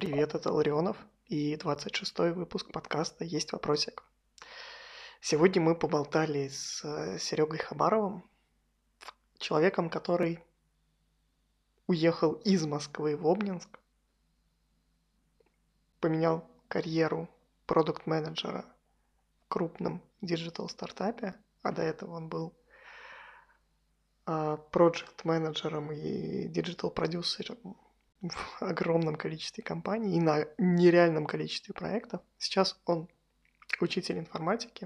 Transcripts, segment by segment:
Привет, это Ларионов и 26-й выпуск подкаста «Есть вопросик». Сегодня мы поболтали с Серегой Хабаровым, человеком, который уехал из Москвы в Обнинск, поменял карьеру продукт-менеджера в крупном диджитал-стартапе, а до этого он был проект-менеджером и диджитал-продюсером в огромном количестве компаний и на нереальном количестве проектов. Сейчас он учитель информатики.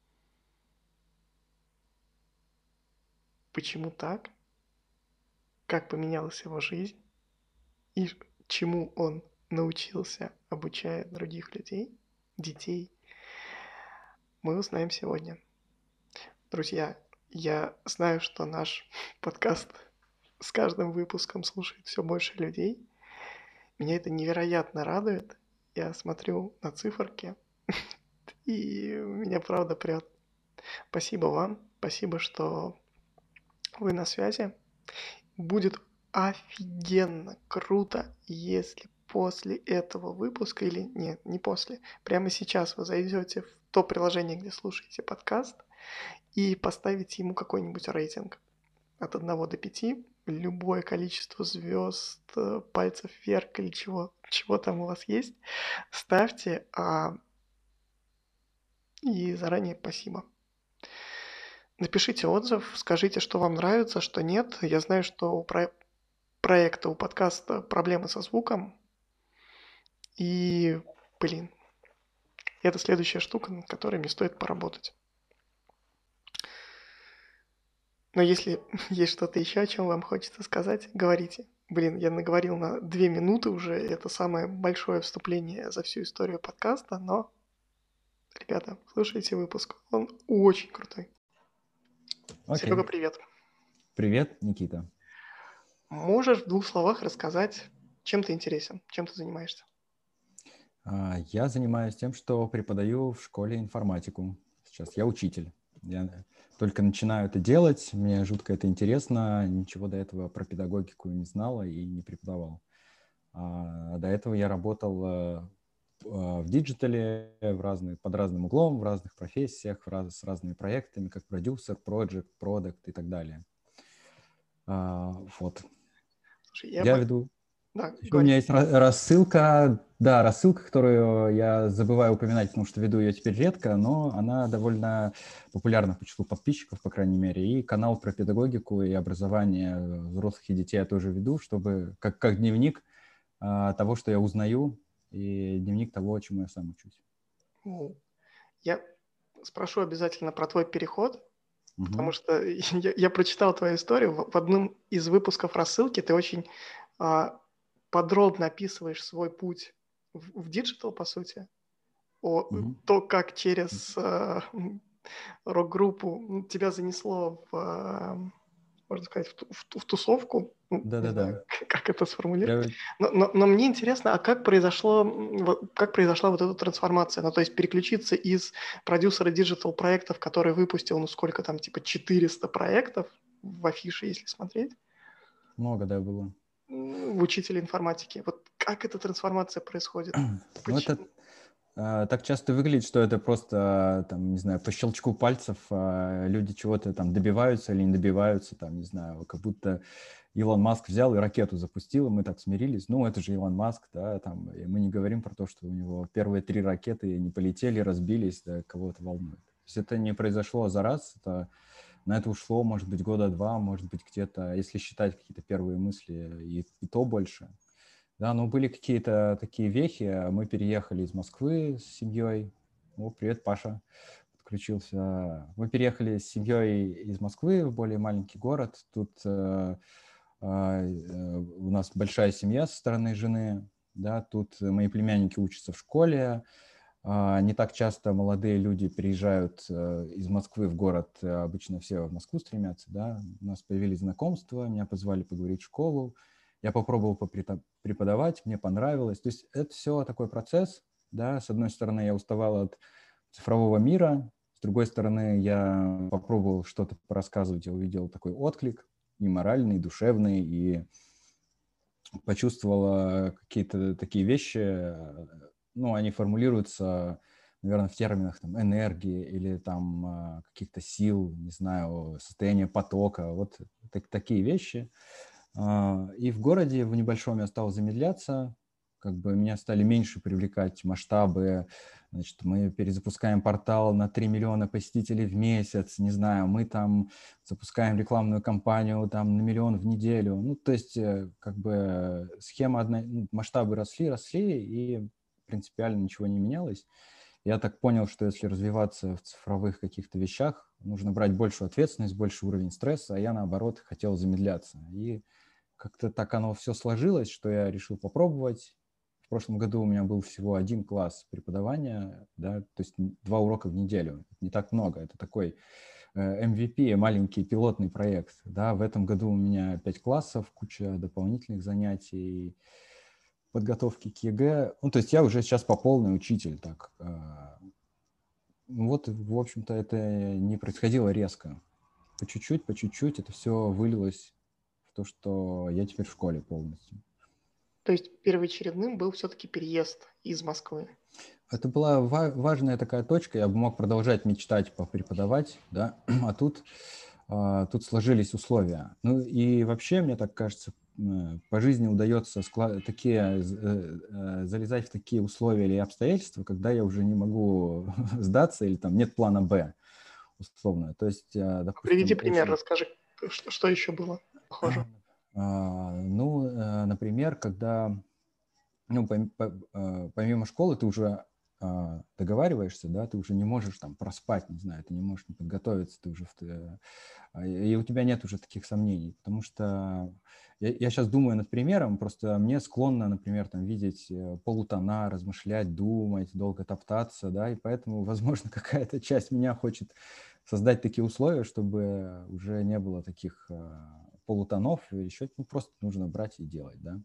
Почему так? Как поменялась его жизнь? И чему он научился, обучая других людей, детей, мы узнаем сегодня. Друзья, я знаю, что наш подкаст с каждым выпуском слушает все больше людей. Меня это невероятно радует. Я смотрю на циферки, и меня правда прет. Спасибо вам, спасибо, что вы на связи. Будет офигенно круто, если после этого выпуска, или нет, не после, прямо сейчас вы зайдете в то приложение, где слушаете подкаст, и поставите ему какой-нибудь рейтинг от 1 до 5, любое количество звезд, пальцев вверх или чего там у вас есть, ставьте, и заранее спасибо. Напишите отзыв, скажите, что вам нравится, что нет. Я знаю, что у проекта, у подкаста проблемы со звуком. И, это следующая штука, над которой мне стоит поработать. Но если есть что-то еще, о чем вам хочется сказать, говорите. Я наговорил на 2 минуты уже, это самое большое вступление за всю историю подкаста, но, ребята, слушайте выпуск, он очень крутой. Серега, Окей. привет. Привет, Никита. Можешь в 2 словах рассказать, чем ты интересен, чем ты занимаешься? Я занимаюсь тем, что преподаю в школе информатику. Сейчас я учитель. Я только начинаю это делать, мне жутко это интересно. Ничего до этого про педагогику не знала и не преподавал. До этого я работал в диджитале под разным углом, в разных профессиях, с разными проектами, как продюсер, проект, продакт и так далее. Вот. Слушай, Я веду. Да, Еще у говори. меня есть рассылка, которую я забываю упоминать, потому что веду ее теперь редко, но она довольно популярна по числу подписчиков, по крайней мере. И канал про педагогику и образование взрослых и детей я тоже веду, чтобы как дневник того, что я узнаю, и дневник того, чему я сам учусь. Я спрошу обязательно про твой переход, потому Угу. что я прочитал твою историю. В одном из выпусков рассылки ты очень подробно описываешь свой путь в диджитал, по сути. Угу. То, как через рок-группу тебя занесло можно сказать, в тусовку. Не знаю, Да-да-да. как это сформулировать. Я... Но мне интересно, а как произошла вот эта трансформация? Ну, то есть переключиться из продюсера диджитал-проектов, который выпустил, сколько там, типа 400 проектов в афише, если смотреть, Много, да, было. в учителя информатики. Вот как эта трансформация происходит? Ну, это так часто выглядит, что это просто, там, не знаю, по щелчку пальцев люди чего-то там добиваются или не добиваются, там, не знаю, как будто Илон Маск взял и ракету запустил, и мы так смирились. Ну, это же Илон Маск, да, там, и мы не говорим про то, что у него первые 3 ракеты не полетели, разбились, да, кого-то волнует. То есть это не произошло за раз, на это ушло, может быть, 2 года, может быть, где-то, если считать какие-то первые мысли, и то больше. Да, но были какие-то такие вехи. Мы переехали из Москвы с семьей. О, привет, Паша подключился. Мы переехали с семьей из Москвы в более маленький город. Тут у нас большая семья со стороны жены. Да, тут мои племянники учатся в школе. Не так часто молодые люди приезжают из Москвы в город. Обычно все в Москву стремятся. Да. У нас появились знакомства, меня позвали поговорить в школу. Я попробовал преподавать, мне понравилось. То есть это все такой процесс. Да? С одной стороны, я уставал от цифрового мира, с другой стороны, я попробовал что-то порассказывать, я увидел такой отклик и моральный, и душевный, и почувствовала какие-то такие вещи, ну, они формулируются, наверное, в терминах там энергии или там каких-то сил, не знаю, состояния потока, вот такие вещи. И в городе, в небольшом, я стал замедляться, как бы меня стали меньше привлекать масштабы. Значит, мы перезапускаем портал на 3 миллиона посетителей в месяц, не знаю, мы там запускаем рекламную кампанию там на миллион в неделю. Ну, то есть, как бы схема одна, ну, масштабы росли, и принципиально ничего не менялось. Я так понял, что если развиваться в цифровых каких-то вещах, нужно брать большую ответственность, больший уровень стресса, а я, наоборот, хотел замедляться. И как-то так оно все сложилось, что я решил попробовать. В прошлом году у меня был всего 1 класс преподавания, да, то есть 2 урока в неделю. Не так много, это такой MVP, маленький пилотный проект. Да. В этом году у меня 5 классов, куча дополнительных занятий, подготовки к ЕГЭ. Ну, то есть я уже сейчас по полной учитель. Так. Вот, в общем-то, это не происходило резко. По чуть-чуть это все вылилось в то, что я теперь в школе полностью. То есть первоочередным был все-таки переезд из Москвы. Это была важная такая точка, я бы мог продолжать мечтать преподавать, да, а тут сложились условия. Ну и вообще, мне так кажется, по жизни удается залезать в такие условия или обстоятельства, когда я уже не могу сдаться или там нет плана «Б», условно. То есть, Приведи допустим, пример, очень... расскажи, что еще было похоже. Ну, например, когда, ну, помимо школы ты уже договариваешься, да, ты уже не можешь там проспать, не знаю, ты не можешь не подготовиться, ты уже и у тебя нет уже таких сомнений, потому что я сейчас думаю над примером, просто мне склонно, например, там видеть полутона, размышлять, думать, долго топтаться, да, и поэтому, возможно, какая-то часть меня хочет создать такие условия, чтобы уже не было таких полутонов, и еще просто нужно брать и делать, да.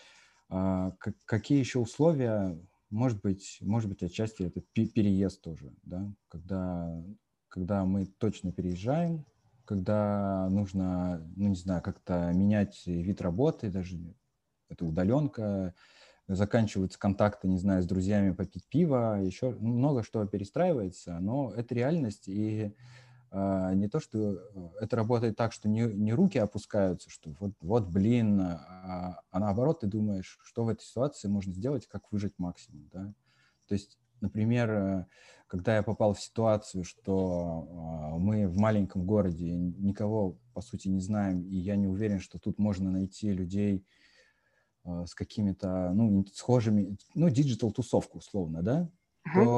Какие еще условия? Может быть, отчасти это переезд тоже, да, когда мы точно переезжаем, когда нужно, ну, не знаю, как-то менять вид работы, даже это удаленка, заканчиваются контакты, не знаю, с друзьями попить пиво, еще много что перестраивается, но это реальность, и не то, что это работает так, что не руки опускаются, что вот блин, а наоборот ты думаешь, что в этой ситуации можно сделать, как выжать максимум, да. То есть, например, когда я попал в ситуацию, что мы в маленьком городе никого, по сути, не знаем, и я не уверен, что тут можно найти людей с какими-то, ну, схожими, ну, диджитал-тусовку, условно, да, Угу.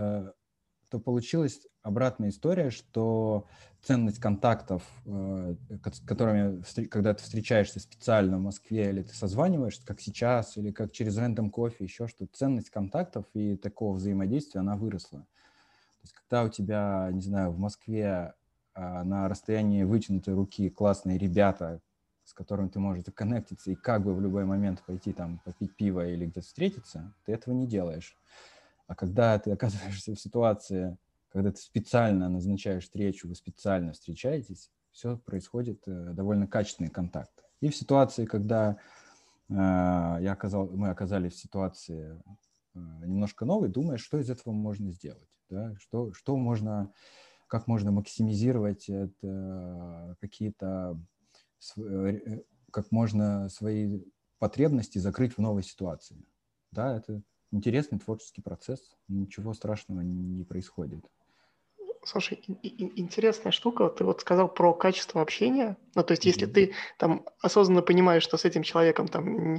то получилась обратная история, что ценность контактов, с которыми, когда ты встречаешься специально в Москве, или ты созваниваешься, как сейчас, или как через Random Coffee, еще что, ценность контактов и такого взаимодействия, она выросла. То есть когда у тебя, не знаю, в Москве на расстоянии вытянутой руки классные ребята, с которыми ты можешь законнектиться и как бы в любой момент пойти там попить пиво или где-то встретиться, ты этого не делаешь. А когда ты оказываешься в ситуации, когда ты специально назначаешь встречу, вы специально встречаетесь, все происходит довольно качественный контакт. И в ситуации, когда мы оказались в ситуации немножко новой, думаешь, что из этого можно сделать, да? Что можно, как можно максимизировать это, какие-то, как можно свои потребности закрыть в новой ситуации. Да, это интересный творческий процесс, ничего страшного не происходит. Слушай, интересная штука. Ты вот сказал про качество общения. Ну, то есть, если Мгм. ты там осознанно понимаешь, что с этим человеком там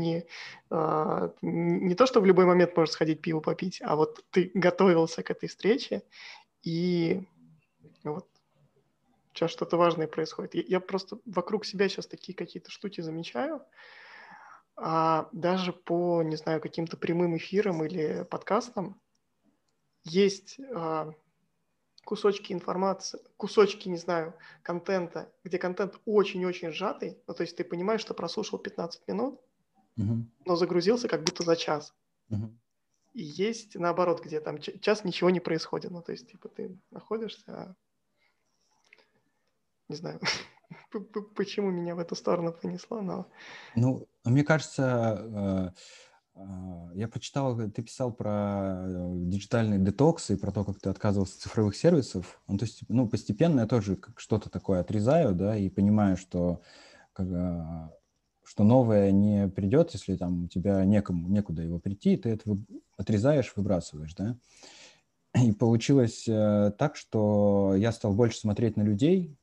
не то, что в любой момент можешь сходить пиво попить, а вот ты готовился к этой встрече, и вот сейчас что-то важное происходит. Я просто вокруг себя сейчас такие какие-то штуки замечаю, даже по, не знаю, каким-то прямым эфирам или подкастам есть кусочки информации, кусочки, не знаю, контента, где контент очень-очень сжатый, ну, то есть ты понимаешь, что прослушал 15 минут, Мгм. но загрузился как будто за час. Мгм. И есть наоборот, где там час ничего не происходит. Ну, то есть, типа, ты находишься, не знаю, почему меня в эту сторону понесло, но... Ну, Мне кажется, я прочитал, ты писал про диджитальный детокс и про то, как ты отказывался от цифровых сервисов. Ну, то есть, ну, постепенно я тоже что-то такое отрезаю, да, и понимаю, что, как, что новое не придет, если там у тебя некуда его прийти, ты это отрезаешь, выбрасываешь, да. И получилось так, что я стал больше смотреть на людей,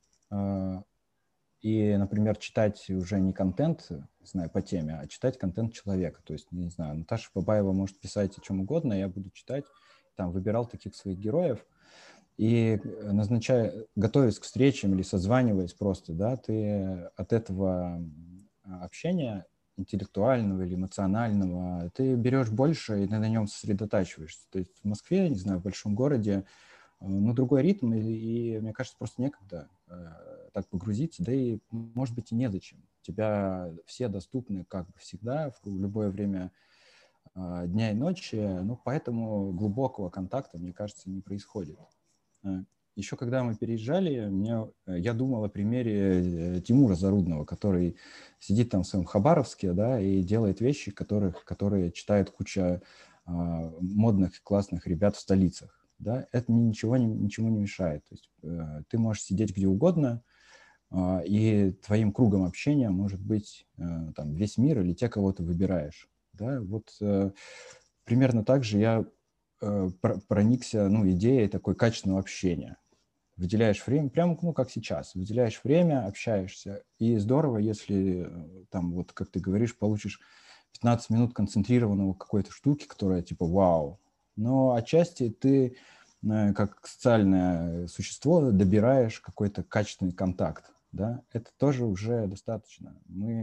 и, например, читать уже не контент, не знаю, по теме, а читать контент человека. То есть, не знаю, Наташа Бабаева может писать о чем угодно, я буду читать, там, выбирал таких своих героев, и назначая, готовясь к встречам или созваниваясь просто, да, ты от этого общения интеллектуального или эмоционального, ты берешь больше и ты на нем сосредотачиваешься. То есть в Москве, не знаю, в большом городе, ну, другой ритм, и мне кажется, просто некогда так погрузиться, да и, может быть, и незачем. У тебя все доступны, как бы всегда, в любое время дня и ночи, ну, поэтому глубокого контакта, мне кажется, не происходит. Еще когда мы переезжали, я думал о примере Тимура Зарудного, который сидит там в своем Хабаровске, да, и делает вещи, которые читает куча модных, классных ребят в столицах. Да, это ничему не мешает. То есть ты можешь сидеть где угодно, и твоим кругом общения может быть там весь мир или те, кого ты выбираешь. Да, вот примерно так же я проникся, ну, идеей такой качественного общения. Выделяешь время, прямо, ну, как сейчас, выделяешь время, общаешься. И здорово, если там, вот как ты говоришь, получишь 15 минут концентрированного какой-то штуки, которая типа вау. Но отчасти ты как социальное существо добираешь какой-то качественный контакт. Да? Это тоже уже достаточно.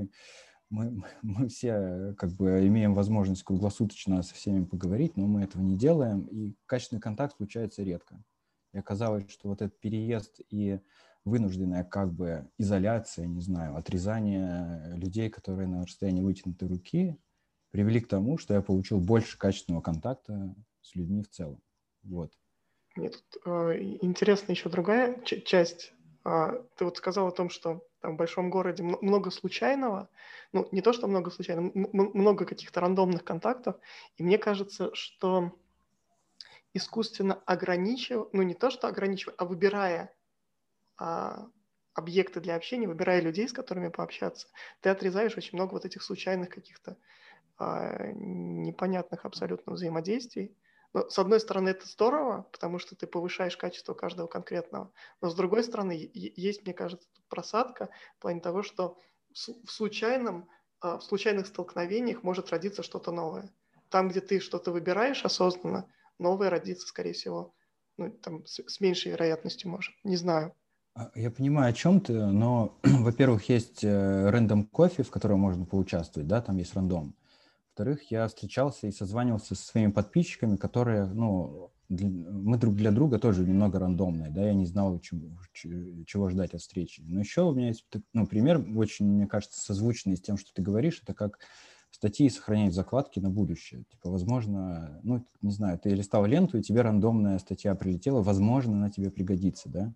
Мы все как бы имеем возможность круглосуточно со всеми поговорить, но мы этого не делаем, и качественный контакт случается редко. И оказалось, что вот этот переезд и вынужденная как бы изоляция, не знаю, отрезание людей, которые на расстоянии вытянутой руки, привели к тому, что я получил больше качественного контакта с людьми в целом. Вот. Мне тут интересна еще другая часть. Ты вот сказал о том, что там в большом городе много случайного. Ну, не то, что много случайного, много каких-то рандомных контактов. И мне кажется, что искусственно ограничивая, ну не то, что ограничивая, а выбирая объекты для общения, выбирая людей, с которыми пообщаться, ты отрезаешь очень много вот этих случайных каких-то непонятных абсолютно взаимодействий. Но, с одной стороны, это здорово, потому что ты повышаешь качество каждого конкретного. Но, с другой стороны, есть, мне кажется, тут просадка в плане того, что в случайных столкновениях может родиться что-то новое. Там, где ты что-то выбираешь осознанно, новое родится, скорее всего, ну, там, с меньшей вероятностью может. Не знаю. Я понимаю, о чем ты, но, во-первых, есть рандом кофе, в котором можно поучаствовать, да, там есть рандом. Во-вторых, я встречался и созванивался со своими подписчиками, которые, ну, мы друг для друга тоже немного рандомные, да, я не знал, чего ждать от встречи. Но еще у меня есть, ну, пример, очень, мне кажется, созвучный с тем, что ты говоришь, это как статьи сохранять в закладке на будущее. Типа, возможно, ну, не знаю, ты листал ленту, и тебе рандомная статья прилетела, возможно, она тебе пригодится, да.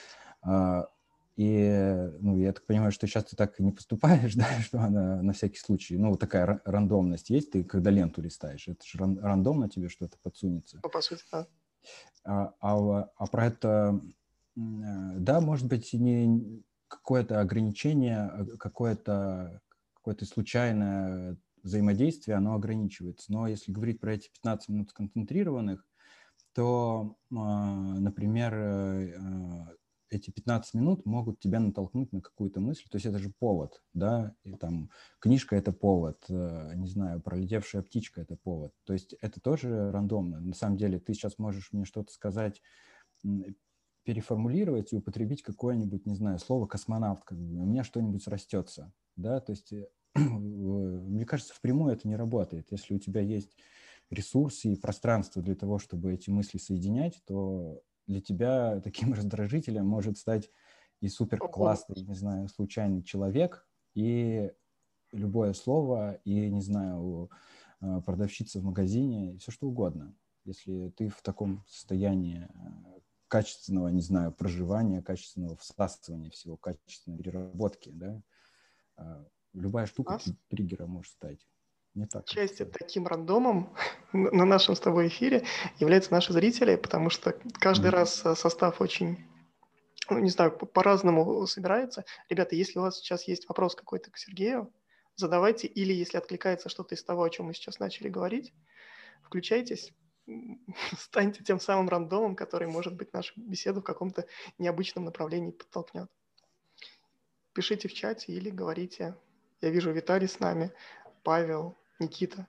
И, ну, я так понимаю, что сейчас ты так и не поступаешь, да, что она на всякий случай, ну, вот такая рандомность есть, ты когда ленту листаешь, это же рандомно тебе что-то подсунется. Ну, по сути, да. А про это, да, может быть, не какое-то ограничение, какое-то случайное взаимодействие, оно ограничивается. Но если говорить про эти 15 минут сконцентрированных, то, например, эти 15 минут могут тебя натолкнуть на какую-то мысль, то есть это же повод, да, и там книжка – это повод, не знаю, пролетевшая птичка – это повод, то есть это тоже рандомно. На самом деле ты сейчас можешь мне что-то сказать, переформулировать и употребить какое-нибудь, не знаю, слово «космонавт», как бы, у меня что-нибудь срастется, да, то есть мне кажется, впрямую это не работает. Если у тебя есть ресурсы и пространство для того, чтобы эти мысли соединять, то для тебя таким раздражителем может стать и супер Ого. классный, не знаю, случайный человек, и любое слово, и, не знаю, продавщица в магазине, и все что угодно. Если ты в таком состоянии качественного, не знаю, проживания, качественного всасывания всего, качественной переработки, да, любая У штука нас триггером может стать. Мне так отчасти кажется. таким рандомом на нашем с тобой эфире являются наши зрители, потому что каждый Мгм. раз состав очень, ну, не знаю, по-разному собирается. Ребята, если у вас сейчас есть вопрос какой-то к Сергею, задавайте, или если откликается что-то из того, о чем мы сейчас начали говорить, включайтесь, станьте тем самым рандомом, который, может быть, нашу беседу в каком-то необычном направлении подтолкнет. Пишите в чате или говорите. Я вижу Виталий с нами, Павел, Никита.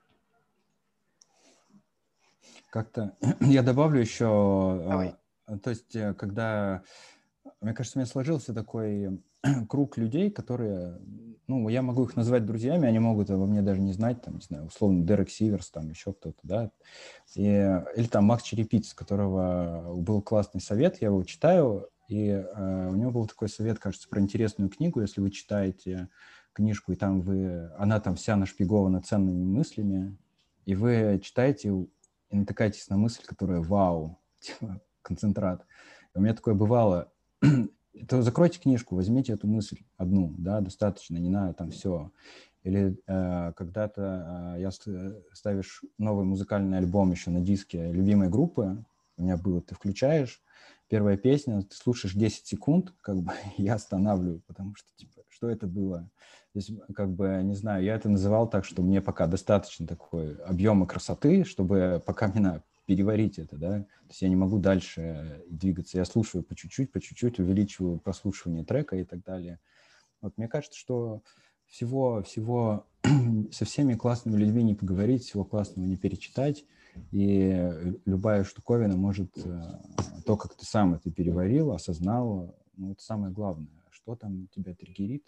Как-то я добавлю еще, Давай. то есть, когда, мне кажется, у меня сложился такой круг людей, которые, ну, я могу их назвать друзьями, они могут обо мне даже не знать, там, не знаю, условно, Дерек Сиверс, там, еще кто-то, да, или там Макс Черепиц, у которого был классный совет, я его читаю, и у него был такой совет, кажется, про интересную книгу, если вы читаете книжку, и там она там вся нашпигована ценными мыслями, и вы читаете и натыкаетесь на мысль, которая вау, типа, концентрат. И у меня такое бывало, то закройте книжку, возьмите эту мысль одну, да, достаточно, не надо там все. Или когда-то ставишь новый музыкальный альбом еще на диске любимой группы, у меня было, ты включаешь, первая песня, ты слушаешь 10 секунд, как бы я останавливаю, потому что, типа, что это было? То есть, как бы, не знаю, я это называл так, что мне пока достаточно такой объема красоты, чтобы пока мне надо переварить это, да, то есть я не могу дальше двигаться, я слушаю по чуть-чуть, увеличиваю прослушивание трека и так далее. Вот мне кажется, что всего со всеми классными людьми не поговорить, всего классного не перечитать, и любая штуковина может, то, как ты сам это переварил, осознал, ну, это самое главное. Что там тебя триггерит,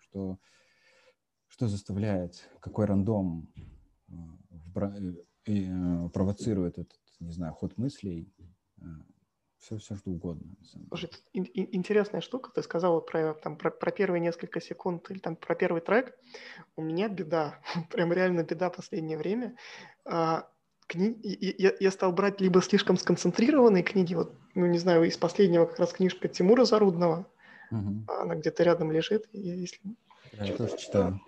что заставляет, какой рандом провоцирует этот, не знаю, ход мыслей, все, что угодно, на самом деле. Слушай, тут интересная штука. Ты сказал про первые несколько секунд или там про первый трек. У меня беда, прям реально беда последнее время. Я стал брать либо слишком сконцентрированные книги, вот, ну, не знаю, из последнего как раз книжка Тимура Зарудного, Угу. она где-то рядом лежит, и если... Да, я тоже читаю.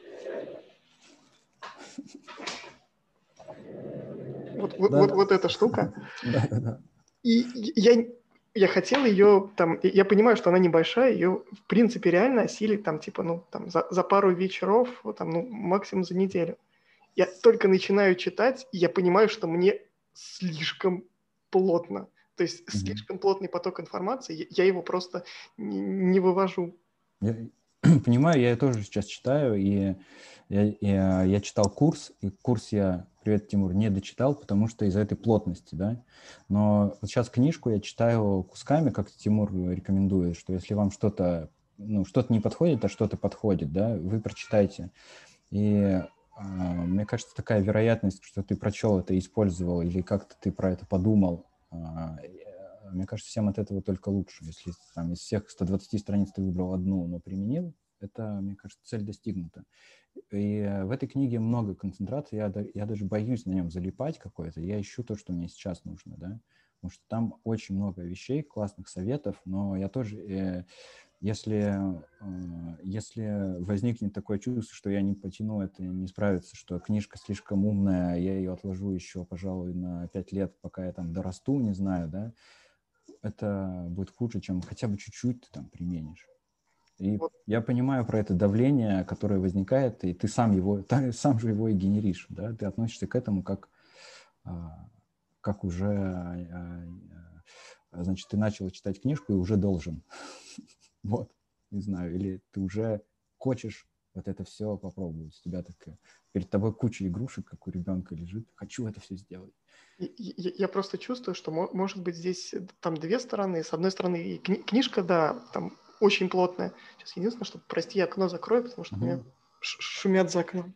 Да, Вот эта штука. да. И я хотел ее, там, я понимаю, что она небольшая, ее, в принципе, реально осилить, там, типа, ну, там, за пару вечеров, вот, там, ну, максимум за неделю. Я только начинаю читать, и я понимаю, что мне слишком плотно. То есть Мгм. слишком плотный поток информации, я его просто не вывожу. Я понимаю, я тоже сейчас читаю, и я читал курс, и курс я, привет, Тимур, не дочитал, потому что из-за этой плотности, да. Но вот сейчас книжку я читаю кусками, как Тимур рекомендует, что если вам что-то, ну, что-то не подходит, а что-то подходит, да, вы прочитайте. И мне кажется, такая вероятность, что ты прочел это, использовал, или как-то ты про это подумал, мне кажется, всем от этого только лучше. Если там из всех 120 страниц ты выбрал одну, но применил, это, мне кажется, цель достигнута. И в этой книге много концентрации, я даже боюсь на нем залипать какое-то, я ищу то, что мне сейчас нужно, да, потому что там очень много вещей, классных советов, но я тоже, если возникнет такое чувство, что я не потяну это, не справится, что книжка слишком умная, я ее отложу еще, пожалуй, на 5 лет, пока я там дорасту, не знаю, да, это будет хуже, чем хотя бы чуть-чуть ты там применишь. И Вот, я понимаю про это давление, которое возникает, и ты сам же его и генеришь, да, ты относишься к этому как уже, значит, ты начал читать книжку и уже должен. Вот, не знаю, или ты уже хочешь вот это все попробовать. У тебя так перед тобой куча игрушек, как у ребенка лежит. Хочу это все сделать. я просто чувствую, что может быть здесь там две стороны. С одной стороны, и книжка, да, там очень плотная. Сейчас единственное, что, прости, я окно закрою, потому что у меня Угу. шумят за окном.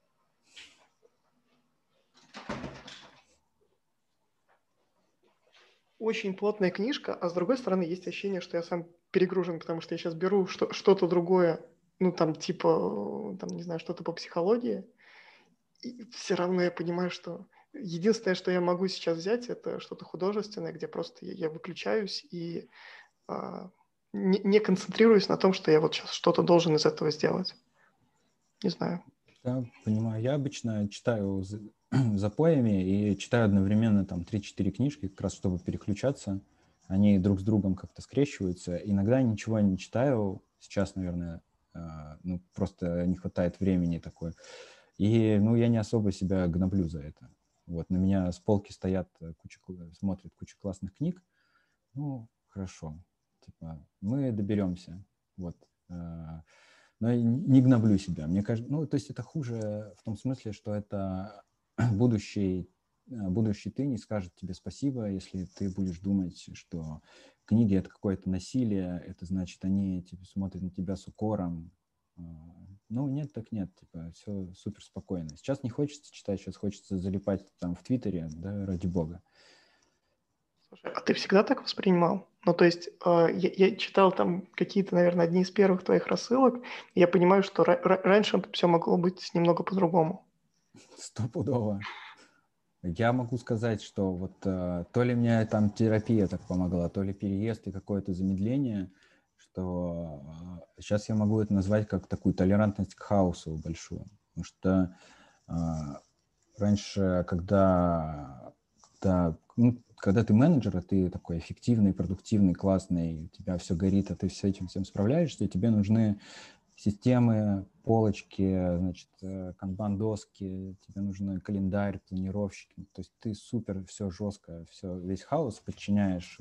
Очень плотная книжка, а с другой стороны есть ощущение, что я сам перегружен, потому что я сейчас беру что-то другое, ну там типа, там не знаю, что-то по психологии, и все равно я понимаю, что единственное, что я могу сейчас взять, это что-то художественное, где просто я выключаюсь и не концентрируюсь на том, что я вот сейчас что-то должен из этого сделать. Не знаю. Да, понимаю. Я обычно читаю запоями и читаю одновременно там 3-4 книжки, как раз чтобы переключаться. Они друг с другом как-то скрещиваются. Иногда ничего не читаю. Сейчас, наверное, ну, просто не хватает времени такое. И, ну, я не особо себя гноблю за это. Вот, на меня с полки стоят смотрят куча классных книг. Ну, хорошо. Типа, мы доберемся. Вот. Но я не гноблю себя. Мне кажется, ну, то есть это хуже в том смысле, что это будущий ты не скажет тебе спасибо, если ты будешь думать, что книги — это какое-то насилие, это значит, они типа, смотрят на тебя с укором. Ну, нет, так нет, типа, все супер спокойно. Сейчас не хочется читать, сейчас хочется залипать там в Твиттере, да, ради бога. Слушай, а ты всегда так воспринимал? Ну, то есть я читал там какие-то, наверное, одни из первых твоих рассылок, и я понимаю, что раньше все могло быть немного по-другому. Стопудово. Я могу сказать, что вот то ли мне там терапия так помогла, то ли переезд и какое-то замедление, что сейчас я могу это назвать как такую толерантность к хаосу большую. Потому что раньше, когда ты менеджер, а ты такой эффективный, продуктивный, классный, у тебя все горит, а ты с этим всем справляешься, и тебе нужны системы, полочки, значит, канбан-доски, тебе нужен календарь, планировщики. То есть ты супер, все жестко, все, весь хаос подчиняешь,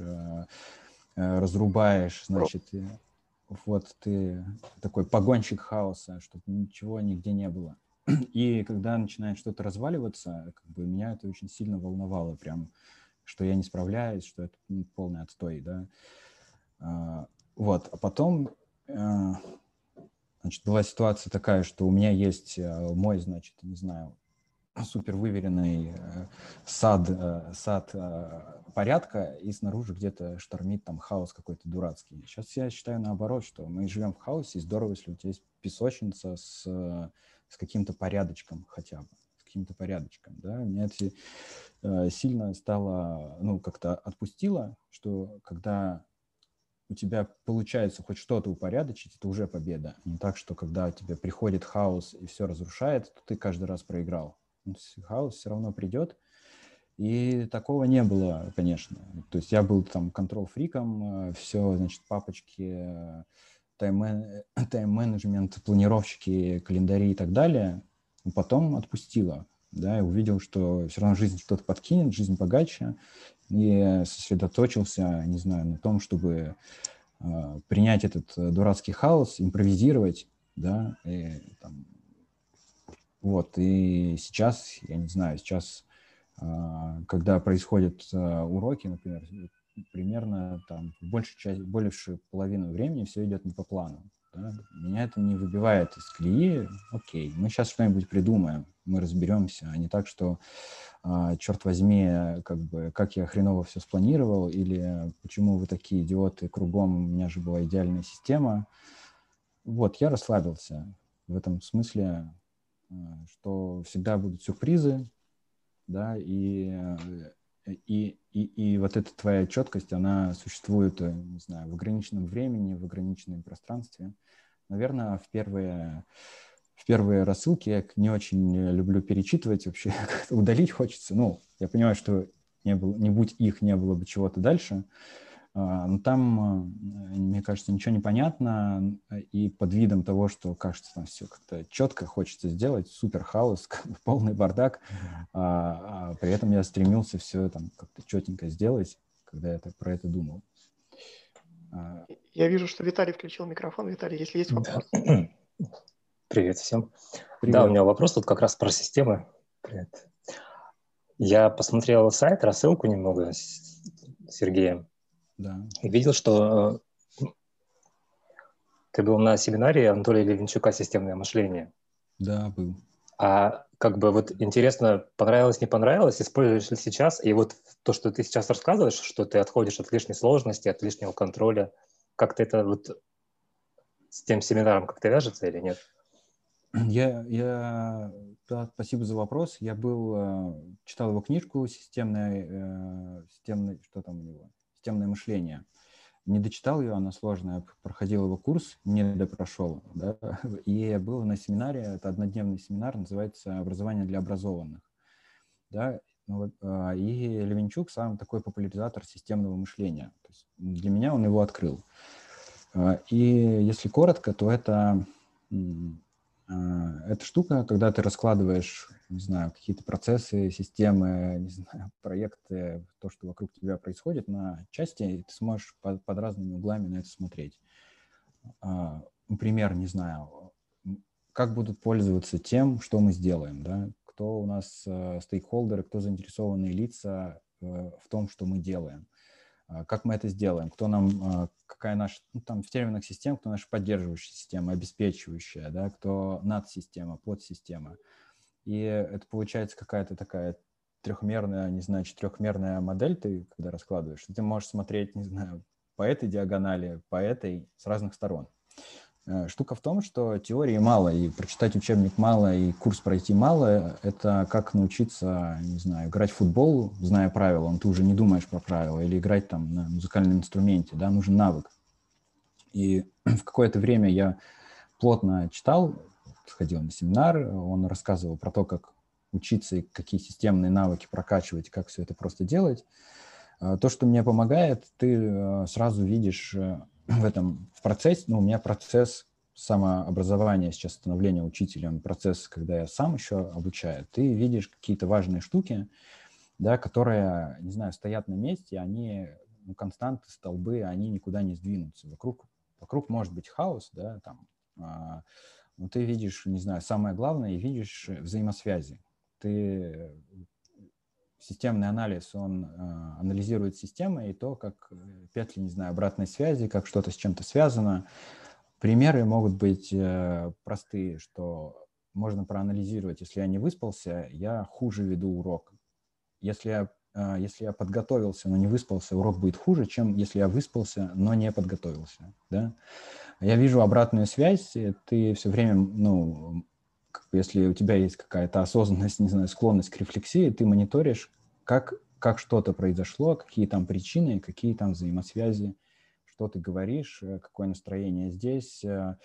разрубаешь, значит, вот ты такой погонщик хаоса, чтобы ничего нигде не было. И когда начинает что-то разваливаться, как бы меня это очень сильно волновало, прям, что я не справляюсь, что это полный отстой, да. Вот, а потом значит, была ситуация такая, что у меня есть мой, значит, не знаю, супер выверенный сад порядка, и снаружи где-то штормит там хаос какой-то дурацкий. Сейчас я считаю наоборот, что мы живем в хаосе, и здорово, если у тебя есть песочница с каким-то порядочком хотя бы, с каким-то порядочком, да. Меня это сильно стало, ну, как-то отпустило, что когда у тебя получается хоть что-то упорядочить, это уже победа. Не так, что когда тебе приходит хаос и все разрушает, то ты каждый раз проиграл. Хаос все равно придет, и такого не было, конечно. То есть я был там контрол-фриком, все, значит, папочки, тайм-менеджмент, планировщики, календари и так далее. Но потом отпустило. Да, я увидел, что все равно жизнь что-то подкинет, жизнь богаче, и сосредоточился, не знаю, на том, чтобы принять этот дурацкий хаос, импровизировать, да, и, там, вот, и сейчас, я не знаю, сейчас, когда происходят уроки, например, примерно там большую половину времени все идет не по плану, да? Меня это не выбивает из колеи. Окей, мы сейчас что-нибудь придумаем, мы разберемся, а не так, что черт возьми, как бы, как я хреново все спланировал, или почему вы такие идиоты кругом, у меня же была идеальная система. Вот, я расслабился в этом смысле, что всегда будут сюрпризы, да, и вот эта твоя четкость, она существует, не знаю, в ограниченном времени, в ограниченном пространстве. Наверное, в первые рассылки я не очень люблю перечитывать, вообще как-то удалить хочется. Ну, я понимаю, что не будь их, не было бы чего-то дальше. Но там, мне кажется, ничего не понятно, и под видом того, что кажется, там все как-то четко хочется сделать, супер хаос, полный бардак, при этом я стремился все там как-то четенько сделать, когда я про это думал. Я вижу, что Виталий включил микрофон. Виталий, если есть вопрос. Да. Привет всем. Привет. Да, у меня вопрос тут как раз про системы. Привет. Я посмотрел сайт, рассылку немного с Сергеем. Да. И видел, что ты был на семинаре Анатолия Левинчука «Системное мышление». Да, был. А как бы вот интересно, понравилось, не понравилось, используешь ли сейчас? И вот то, что ты сейчас рассказываешь, что ты отходишь от лишней сложности, от лишнего контроля, как-то это вот с тем семинаром как-то вяжется или нет? Да, спасибо за вопрос. Я читал его книжку «Системное, что там у него? Системное мышление». не дочитал ее, она сложная, проходил его курс, не допрошел, да, и был на семинаре, это однодневный семинар, называется «Образование для образованных», да, и Левинчук сам такой популяризатор системного мышления. То есть для меня он его открыл. И если коротко, то это штука, когда ты раскладываешь, не знаю, какие-то процессы, системы, не знаю, проекты, то, что вокруг тебя происходит, на части, и ты сможешь под разными углами на это смотреть. Например, не знаю, как будут пользоваться тем, что мы сделаем, да? Кто у нас стейкхолдеры, кто заинтересованные лица в том, что мы делаем. Как мы это сделаем, кто нам, какая наша, ну, там в терминах систем, кто наша поддерживающая система, обеспечивающая, да, кто надсистема, подсистема. И это получается какая-то такая трехмерная, не знаю, четырехмерная модель, ты когда раскладываешь, ты можешь смотреть, не знаю, по этой диагонали, по этой, с разных сторон. Штука в том, что теории мало, и прочитать учебник мало, и курс пройти мало. Это как научиться, не знаю, играть в футбол, зная правила, ты уже не думаешь про правила, или играть там на музыкальном инструменте, да, нужен навык. И в какое-то время я плотно читал, сходил на семинар, он рассказывал про то, как учиться и какие системные навыки прокачивать, как все это просто делать. То, что мне помогает, ты сразу видишь в процессе, ну, у меня процесс самообразования, сейчас становления учителем, процесс, когда я сам еще обучаю, ты видишь какие-то важные штуки, да, которые, не знаю, стоят на месте, они, ну, константы, столбы, они никуда не сдвинутся. Вокруг может быть хаос, да, там, но ты видишь, не знаю, самое главное, и видишь взаимосвязи. Системный анализ, он анализирует системы и то, как петли, не знаю, обратной связи, как что-то с чем-то связано. Примеры могут быть простые, что можно проанализировать, если я не выспался, я хуже веду урок. Если я подготовился, но не выспался, урок будет хуже, чем если я выспался, но не подготовился. Да? Я вижу обратную связь, ты все время, ну, если у тебя есть какая-то осознанность, не знаю, склонность к рефлексии, ты мониторишь, как что-то произошло, какие там причины, какие там взаимосвязи, что ты говоришь, какое настроение здесь,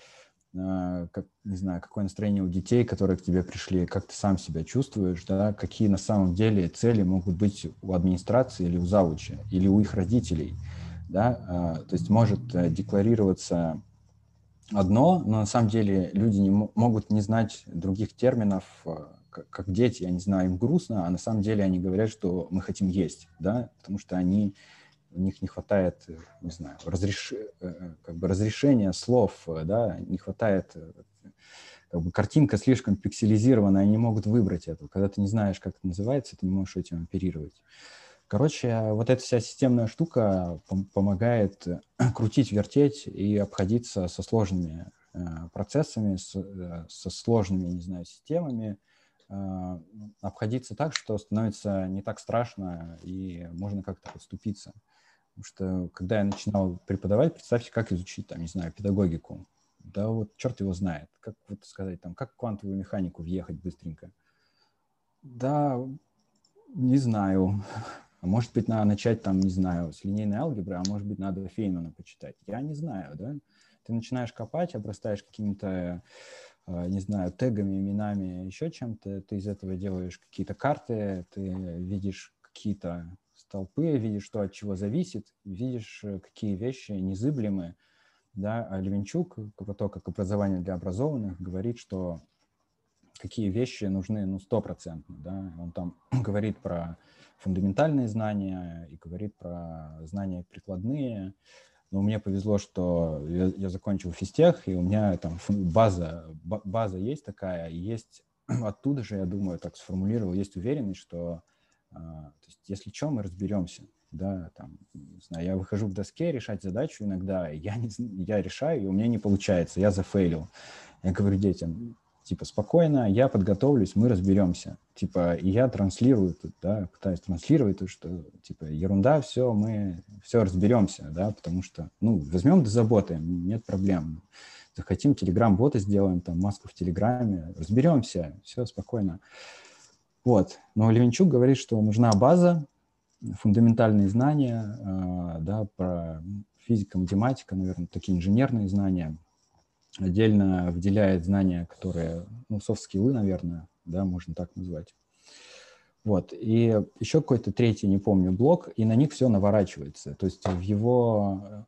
как, не знаю, какое настроение у детей, которые к тебе пришли, как ты сам себя чувствуешь, да, какие на самом деле цели могут быть у администрации или у завуча, или у их родителей. Да? То есть может декларироваться одно, но на самом деле люди могут не знать других терминов, как дети, я не знаю, им грустно, а на самом деле они говорят, что мы хотим есть, да, потому что у них не хватает, не знаю, разрешения слов, да, не хватает, как бы картинка слишком пикселизирована, они не могут выбрать это. Когда ты не знаешь, как это называется, ты не можешь этим оперировать. Короче, вот эта вся системная штука помогает крутить, вертеть и обходиться со сложными процессами, со сложными, не знаю, системами, обходиться так, что становится не так страшно и можно как-то подступиться. Потому что, когда я начинал преподавать, представьте, как изучить, там, не знаю, педагогику. Да вот черт его знает. Как вот сказать, там, как в квантовую механику въехать быстренько. Да, не знаю. А может быть, надо начать, там, не знаю, с линейной алгебры, а может быть, надо Фейнмана почитать. Я не знаю, да? Ты начинаешь копать, обрастаешь какими-то, не знаю, тегами, именами, еще чем-то. Ты из этого делаешь какие-то карты, ты видишь какие-то столпы, видишь, что от чего зависит, видишь, какие вещи незыблемы. Да? А Левинчук, про то, как образование для образованных, говорит, что какие вещи нужны, ну, 100%. Да? Он там говорит про фундаментальные знания и говорит про знания прикладные. Но мне повезло, что я закончил физтех, и у меня там база есть такая, и есть оттуда же, я думаю, так сформулировал, есть уверенность, что то есть, если что, мы разберемся. Да, там, не знаю, я выхожу к доске решать задачу иногда, я решаю, и у меня не получается, я зафейлил. Я говорю детям, типа, спокойно, я подготовлюсь, мы разберемся. Типа, и я транслирую тут, да, пытаюсь транслировать то, что, типа, ерунда, все, мы все разберемся, да, потому что, ну, возьмем да заботаем, нет проблем. Захотим, телеграм-бота сделаем, там, маску в телеграме, разберемся, все спокойно. Вот. Но Левинчук говорит, что нужна база, фундаментальные знания, да, про физика, математика, наверное, такие инженерные знания. Отдельно выделяет знания, которые, ну, софт-скиллы, наверное, да, можно так назвать. Вот. И еще какой-то третий, не помню, блок, и на них все наворачивается. То есть в его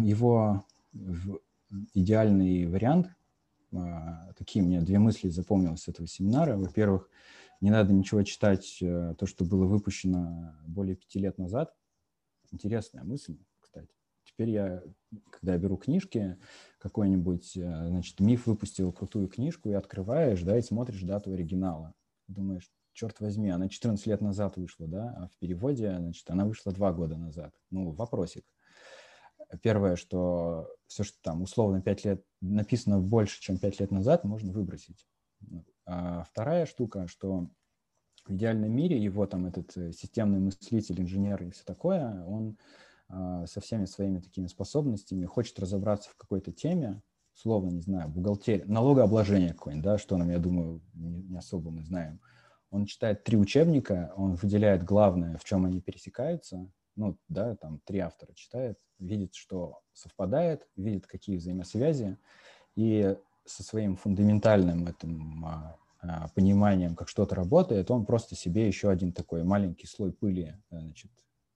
идеальный вариант, такие мне две мысли запомнилось с этого семинара. Во-первых, не надо ничего читать, то, что было выпущено более 5 лет назад. Интересная мысль, кстати. Теперь я, когда я беру книжки, какой-нибудь, значит, МИФ выпустил крутую книжку, и открываешь, да, и смотришь дату оригинала. Думаешь, черт возьми, она 14 лет назад вышла, да, а в переводе, значит, она вышла 2 года назад. Ну, вопросик. Первое, что все, что там условно 5 лет написано больше, чем 5 лет назад, можно выбросить. А вторая штука, что в идеальном мире его там этот системный мыслитель, инженер и все такое, он со всеми своими такими способностями хочет разобраться в какой-то теме, условно, не знаю, бухгалтерия, налогообложение какое-нибудь, да, что нам, я думаю, не особо мы знаем. Он читает 3 учебника, он выделяет главное, в чем они пересекаются, ну, да, там 3 автора читает, видит, что совпадает, видит, какие взаимосвязи, и со своим фундаментальным этим пониманием, как что-то работает, он просто себе еще один такой маленький слой пыли, значит,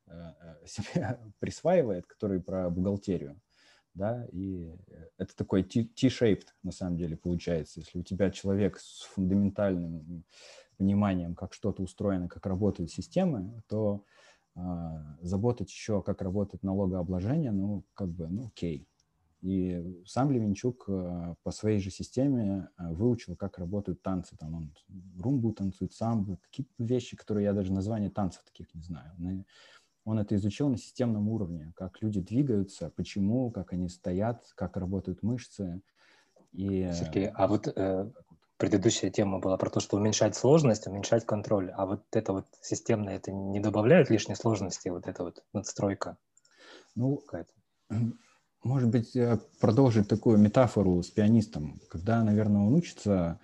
себе присваивает, который про бухгалтерию, да, и это такой T-shaped, на самом деле, получается. Если у тебя человек с фундаментальным пониманием, как что-то устроено, как работают системы, то заботать еще, как работает налогообложение, ну, как бы, ну, окей. И сам Левинчук по своей же системе выучил, как работают танцы. Там он румбу танцует, самбо, какие-то вещи, которые я даже название танцев таких не знаю. Он это изучил на системном уровне, как люди двигаются, почему, как они стоят, как работают мышцы. И Сергей, а вот предыдущая тема была про то, что уменьшать сложность, уменьшать контроль. А вот это вот системное, это не добавляет лишней сложности, вот эта вот надстройка? Ну, какая-то? Может быть, продолжить такую метафору с пианистом. Когда, наверное, он учится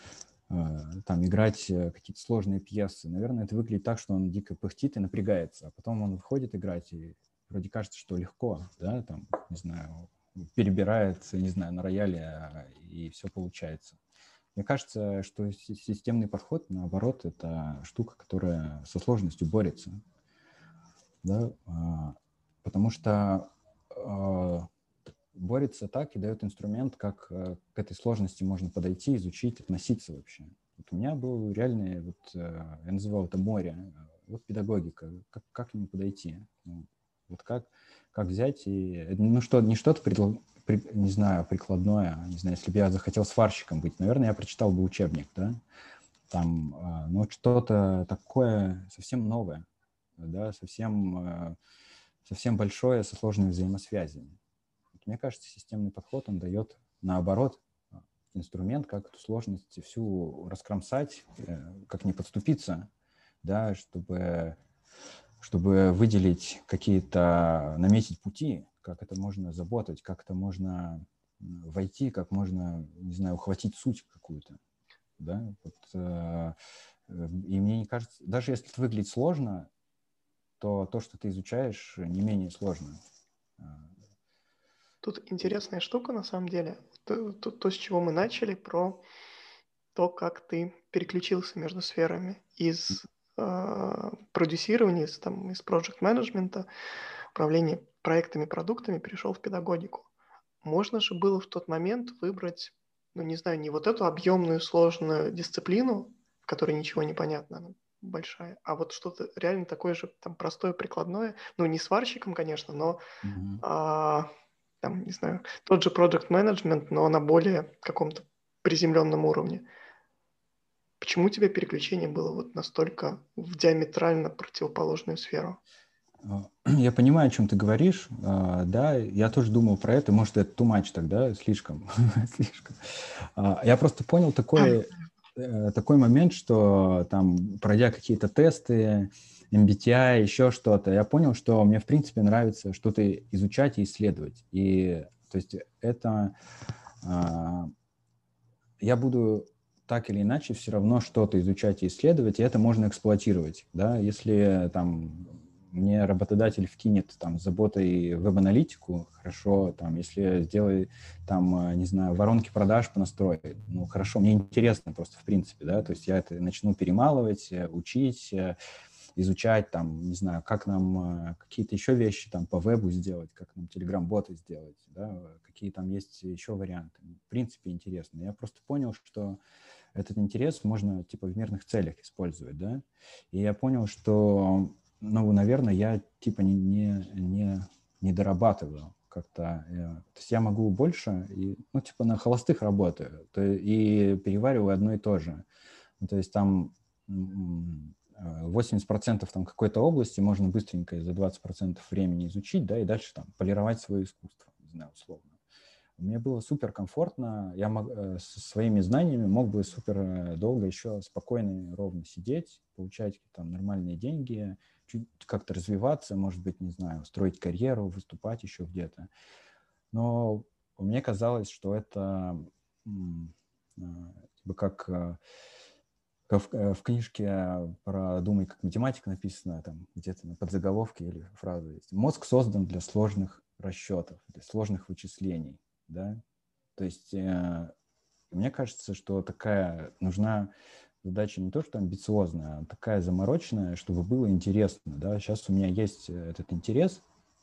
там играть какие-то сложные пьесы, наверное, это выглядит так, что он дико пыхтит и напрягается, а потом он выходит играть, и вроде кажется, что легко, да, там, не знаю, перебирает, не знаю, на рояле, и все получается. Мне кажется, что системный подход, наоборот, это штука, которая со сложностью борется, да, потому что борется так и дает инструмент, как к этой сложности можно подойти, изучить, относиться вообще. Вот у меня был реальный, вот, я называл это море, вот педагогика, как к нему подойти. Ну, вот как взять и, ну что, не что-то, не знаю, прикладное, не знаю, если бы я захотел сварщиком быть, наверное, я прочитал бы учебник, да, там, ну что-то такое совсем новое, да, совсем большое, со сложными взаимосвязями. Мне кажется, системный подход, он дает, наоборот, инструмент, как эту сложность всю раскромсать, как не подступиться, да, чтобы выделить какие-то, наметить пути, как это можно заботать, как это можно войти, как можно, не знаю, ухватить суть какую-то, да, вот, и мне не кажется, даже если это выглядит сложно, то то, что ты изучаешь, не менее сложно. Тут интересная штука, на самом деле. То, с чего мы начали, про то, как ты переключился между сферами из продюсирования, из проект-менеджмента, управления проектами, продуктами, перешел в педагогику. Можно же было в тот момент выбрать, ну, не знаю, не вот эту объемную, сложную дисциплину, в которой ничего не понятно, она большая, а вот что-то реально такое же там простое, прикладное, ну, не сварщиком, конечно, но там, не знаю, тот же project management, но на более каком-то приземленном уровне. Почему тебе переключение было вот настолько в диаметрально противоположную сферу? Я понимаю, о чем ты говоришь, да, я тоже думал про это, может, это too much тогда, слишком. Я просто понял такой момент, что там, пройдя какие-то тесты, MBTI, еще что-то, я понял, что мне, в принципе, нравится что-то изучать и исследовать. И, то есть, это я буду так или иначе все равно что-то изучать и исследовать, и это можно эксплуатировать, да, если там мне работодатель вкинет там с заботой веб-аналитику, хорошо, там, если сделай там, не знаю, воронки продаж понастрой, ну, хорошо, мне интересно просто в принципе, да, то есть я это начну перемалывать, учить, изучать, там, не знаю, как нам какие-то еще вещи там по вебу сделать, как нам телеграм-боты сделать, да, какие там есть еще варианты. В принципе, интересно. Я просто понял, что этот интерес можно, типа, в мирных целях использовать, да, и я понял, что, ну, наверное, я, типа, не дорабатываю как-то. То есть я могу больше, и, ну, типа, на холостых работаю, и перевариваю одно и то же. Ну, то есть там 80% там какой-то области можно быстренько за 20% времени изучить, да, и дальше там полировать свое искусство, не знаю, условно. Мне было супер комфортно, я со своими знаниями мог бы супер долго еще спокойно и ровно сидеть, получать там нормальные деньги, чуть как-то развиваться, может быть, не знаю, строить карьеру, выступать еще где-то. Но мне казалось, что это типа как в книжке про «Думай как математик» написано, там где-то на подзаголовке или фраза есть. Мозг создан для сложных расчетов, для сложных вычислений, да. То есть мне кажется, что такая нужна задача не то, что амбициозная, а такая замороченная, чтобы было интересно, да. Сейчас у меня есть этот интерес.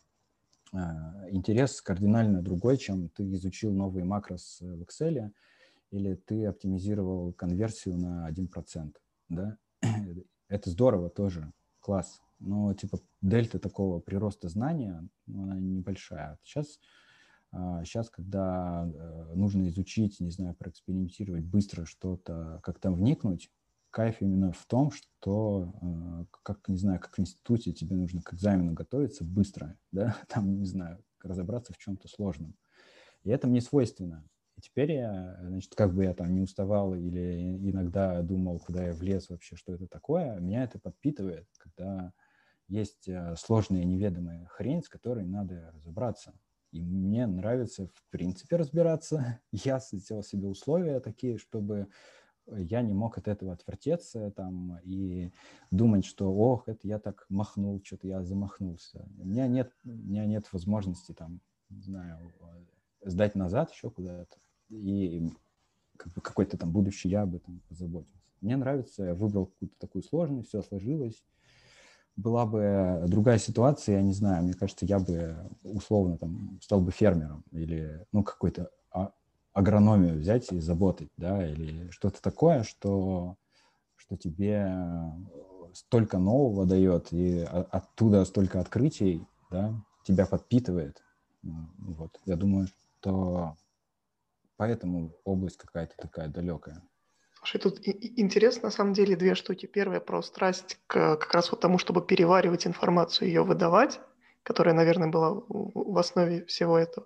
Интерес кардинально другой, чем ты изучил новый макрос в Excel, или ты оптимизировал конверсию на 1%, да, это здорово тоже, класс, но типа дельта такого прироста знания, она небольшая. Сейчас, когда нужно изучить, не знаю, проэкспериментировать быстро что-то, как-то вникнуть, кайф именно в том, что, как, не знаю, как в институте тебе нужно к экзамену готовиться быстро, да, там, не знаю, разобраться в чем-то сложном. И это мне свойственно. И теперь я, значит, как бы я там не уставал или иногда думал, куда я влез вообще, что это такое, меня это подпитывает, когда есть сложная неведомая хрень, с которой надо разобраться. И мне нравится, в принципе, разбираться. Я сделал себе условия такие, чтобы я не мог от этого отвертеться там и думать, что, ох, это я так махнул, что-то я замахнулся. У меня нет возможности там, не знаю, сдать назад еще куда-то. И как бы какой-то там будущий я об этом позаботился. Мне нравится, я выбрал какую-то такую сложность, все сложилось. Была бы другая ситуация, я не знаю, мне кажется, я бы условно там стал бы фермером или, ну, какой-то агрономию взять и заботать, да, или что-то такое, что тебе столько нового дает, и оттуда столько открытий, да, тебя подпитывает. Вот, я думаю, что поэтому область какая-то такая далекая. Слушай, тут интересно на самом деле две штуки. Первая про страсть к как раз вот тому, чтобы переваривать информацию, ее выдавать, которая, наверное, была в основе всего этого.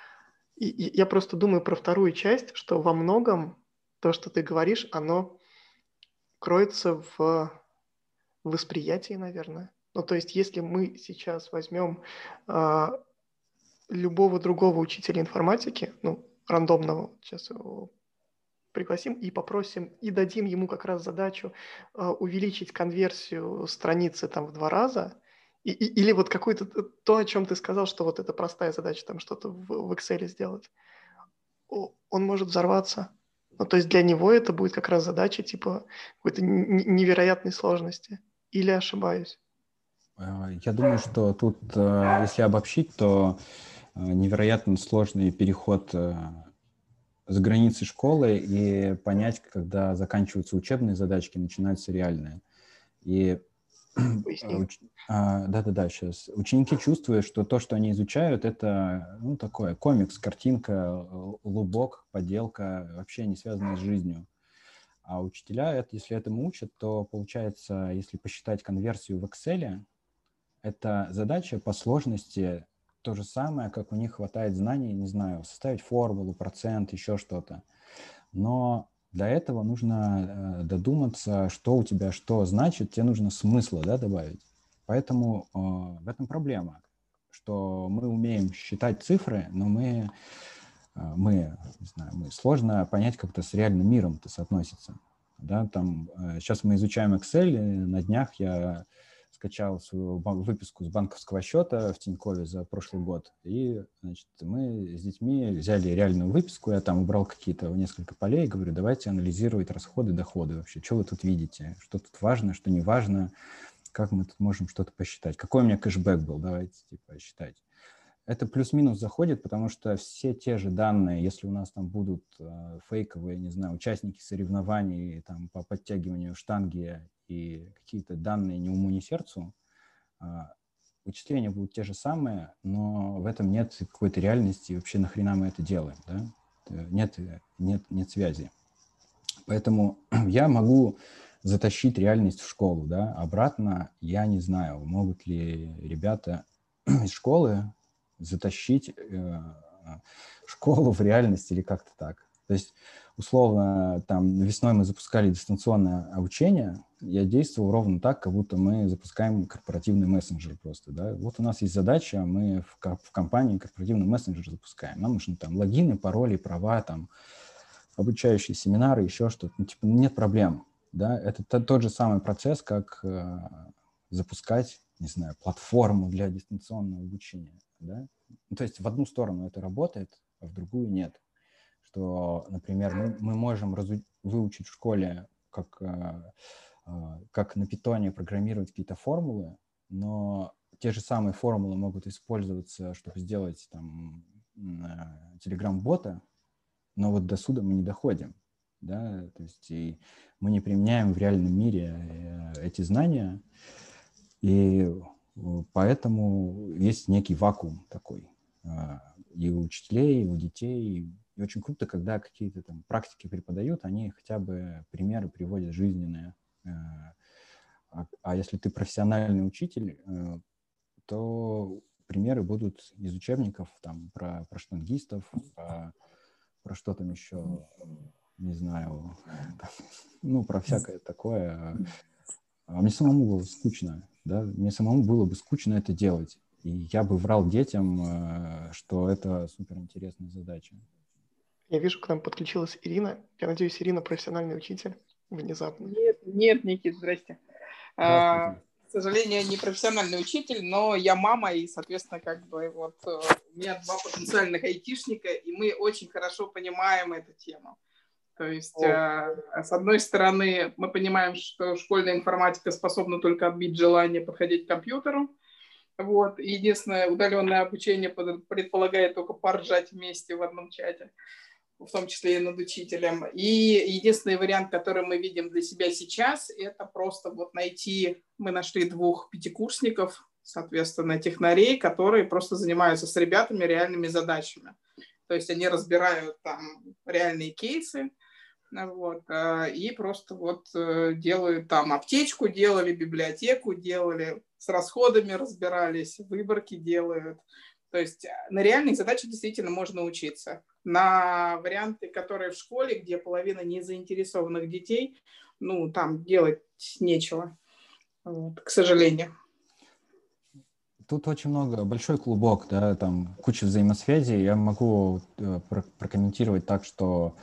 И я просто думаю про вторую часть, что во многом то, что ты говоришь, оно кроется в восприятии, наверное. Ну, то есть, если мы сейчас возьмем любого другого учителя информатики, ну, рандомного, сейчас его пригласим и попросим, и дадим ему как раз задачу увеличить конверсию страницы там в 2 раза, или вот какое-то то, о чем ты сказал, что вот это простая задача, там что-то в Excel сделать, он может взорваться. Ну, то есть для него это будет как раз задача типа какой-то невероятной сложности. Или ошибаюсь? Я думаю, что тут, если обобщить, то невероятно сложный переход с границы школы и понять, когда заканчиваются учебные задачки, начинаются реальные. И Поясни. да-да-да, сейчас. Ученики чувствуют, что то, что они изучают, это, ну, такое, комикс, картинка, лубок, поделка, вообще не связанная с жизнью. А учителя, если этому учат, то получается, если посчитать конверсию в Excel, это задача по сложности то же самое, как у них хватает знаний, не знаю, составить формулу, процент, еще что-то. Но для этого нужно додуматься, что у тебя что значит, тебе нужно смысла, да, добавить. Поэтому в этом проблема, что мы умеем считать цифры, но мы не знаю, сложно понять, как это с реальным миром это соотносится. Да, там, сейчас мы изучаем Excel, и на днях я скачал свою выписку с банковского счета в Тинькове за прошлый год, и, значит, мы с детьми взяли реальную выписку, я там убрал какие-то несколько полей, говорю, давайте анализировать расходы, доходы вообще, что вы тут видите, что тут важно, что не важно, как мы тут можем что-то посчитать, какой у меня кэшбэк был, давайте типа считать. Это плюс-минус заходит, потому что все те же данные, если у нас там будут фейковые, не знаю, участники соревнований там, по подтягиванию штанги и какие-то данные ни уму, ни сердцу, вычисления будут те же самые, но в этом нет какой-то реальности, и вообще нахрена мы это делаем, да? Нет связи. Поэтому я могу затащить реальность в школу, да, обратно я не знаю, могут ли ребята из школы затащить школу в реальность или как-то так. То есть, условно, там весной мы запускали дистанционное обучение, я действовал ровно так, как будто мы запускаем корпоративный мессенджер просто, да. Вот у нас есть задача, мы в компании корпоративный мессенджер запускаем. Нам нужны там логины, пароли, права, там, обучающие семинары, еще что-то. Ну, типа, нет проблем, да. Это тот же самый процесс, как запускать, не знаю, платформу для дистанционного обучения, да. Ну, то есть в одну сторону это работает, а в другую нет. Что, например, мы можем выучить в школе, как на питоне программировать какие-то формулы, но те же самые формулы могут использоваться, чтобы сделать там Telegram-бота, но вот до суда мы не доходим, да, то есть и мы не применяем в реальном мире эти знания, и поэтому есть некий вакуум такой и у учителей, и у детей. И очень круто, когда какие-то там практики преподают, они хотя бы примеры приводят жизненные. А если ты профессиональный учитель, то примеры будут из учебников там про штангистов, про что там еще, не знаю, ну, про всякое такое. А мне самому было скучно, да, мне самому было бы скучно это делать. И я бы врал детям, что это суперинтересная задача. Я вижу, к нам подключилась Ирина. Я надеюсь, Ирина профессиональный учитель внезапно. Нет, Никит, здрасте. Здравствуйте. К сожалению, не профессиональный учитель, но я мама, и, соответственно, как бы вот у меня 2 потенциальных айтишника, и мы очень хорошо понимаем эту тему. То есть, с одной стороны, мы понимаем, что школьная информатика способна только отбить желание подходить к компьютеру. Вот. И единственное, удаленное обучение предполагает только поржать вместе в одном чате, в том числе и над учителем. И единственный вариант, который мы видим для себя сейчас, это просто вот найти, мы нашли 2 пятикурсников, соответственно, технарей, которые просто занимаются с ребятами реальными задачами. То есть они разбирают там реальные кейсы, вот, и просто вот делают там аптечку, делали библиотеку, делали, с расходами разбирались, выборки делают. То есть на реальных задачах действительно можно учиться. На варианты, которые в школе, где половина незаинтересованных детей, ну, там делать нечего, вот, к сожалению. Тут очень много, большой клубок, да, там куча взаимосвязей. Я могу прокомментировать так, что,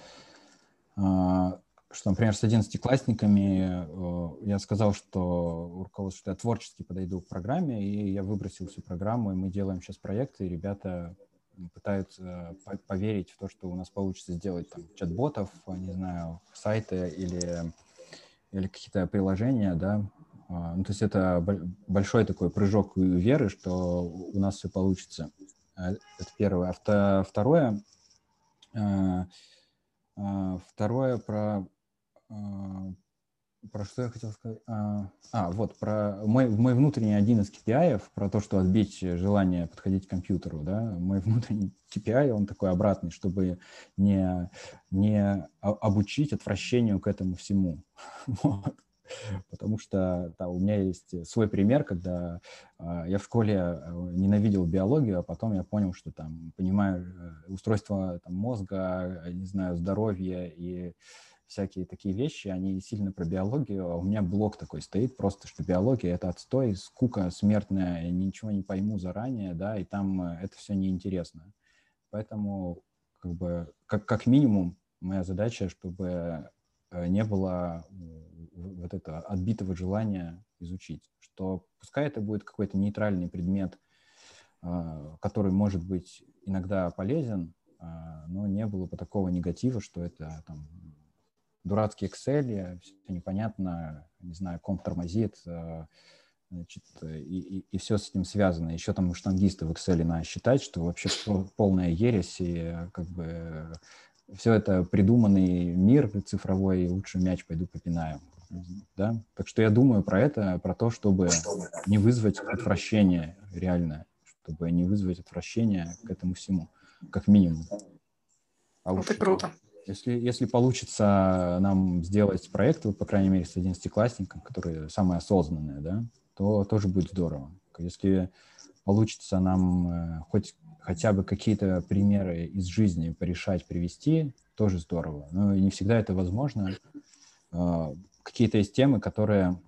например, с 11-классниками я сказал, что руководство, что я творчески подойду к программе, и я выбросил всю программу, и мы делаем сейчас проекты, и ребята пытаются поверить в то, что у нас получится сделать там чат-ботов, не знаю, сайты или какие-то приложения, да. Ну, то есть это большой такой прыжок веры, что у нас все получится. Это первое. Второе про что я хотел сказать? Вот, про мой внутренний один из KPI, про то, что отбить желание подходить к компьютеру, да, мой внутренний KPI, он такой обратный, чтобы не обучить отвращению к этому всему. Вот. Потому что у меня есть свой пример, когда я в школе ненавидел биологию, а потом я понял, что там, понимаю, устройство там, мозга, не знаю, здоровье и всякие такие вещи, они сильно про биологию, а у меня блок такой стоит просто, что биология — это отстой, скука смертная, я ничего не пойму заранее, да, и там это все неинтересно. Поэтому как бы как минимум моя задача, чтобы не было вот это отбитого желания изучить, что пускай это будет какой-то нейтральный предмет, который может быть иногда полезен, но не было бы такого негатива, что это там дурацкий Excel, все непонятно, не знаю, комп тормозит, значит, и все с этим связано. Еще там штангисты в Excel надо считать, что вообще полная ересь, и как бы все это придуманный мир цифровой, и лучше мяч пойду попинаю. Да? Так что я думаю про это, про то, чтобы не вызвать отвращение реально, чтобы не вызвать отвращение к этому всему, как минимум. Это круто. Если получится нам сделать проект, по крайней мере, с 11-классником, которые самые осознанные, да, то тоже будет здорово. Если получится нам хотя бы какие-то примеры из жизни порешать, привести, тоже здорово. Но не всегда это возможно. Какие-то есть темы, которые,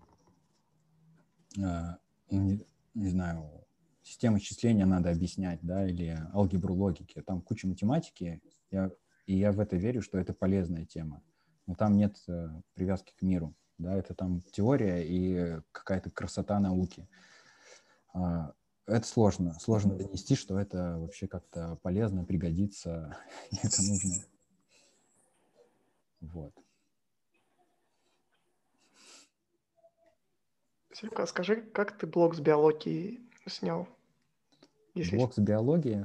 не знаю, систему исчисления надо объяснять, да, или алгебру логики. Там куча математики, и я в это верю, что это полезная тема. Но там нет привязки к миру. Да, это там теория и какая-то красота науки. Это сложно. Сложно донести, что это вообще как-то полезно, пригодится, и это нужно. Вот. Серега, скажи, как ты блок с биологии снял? Блок с биологии?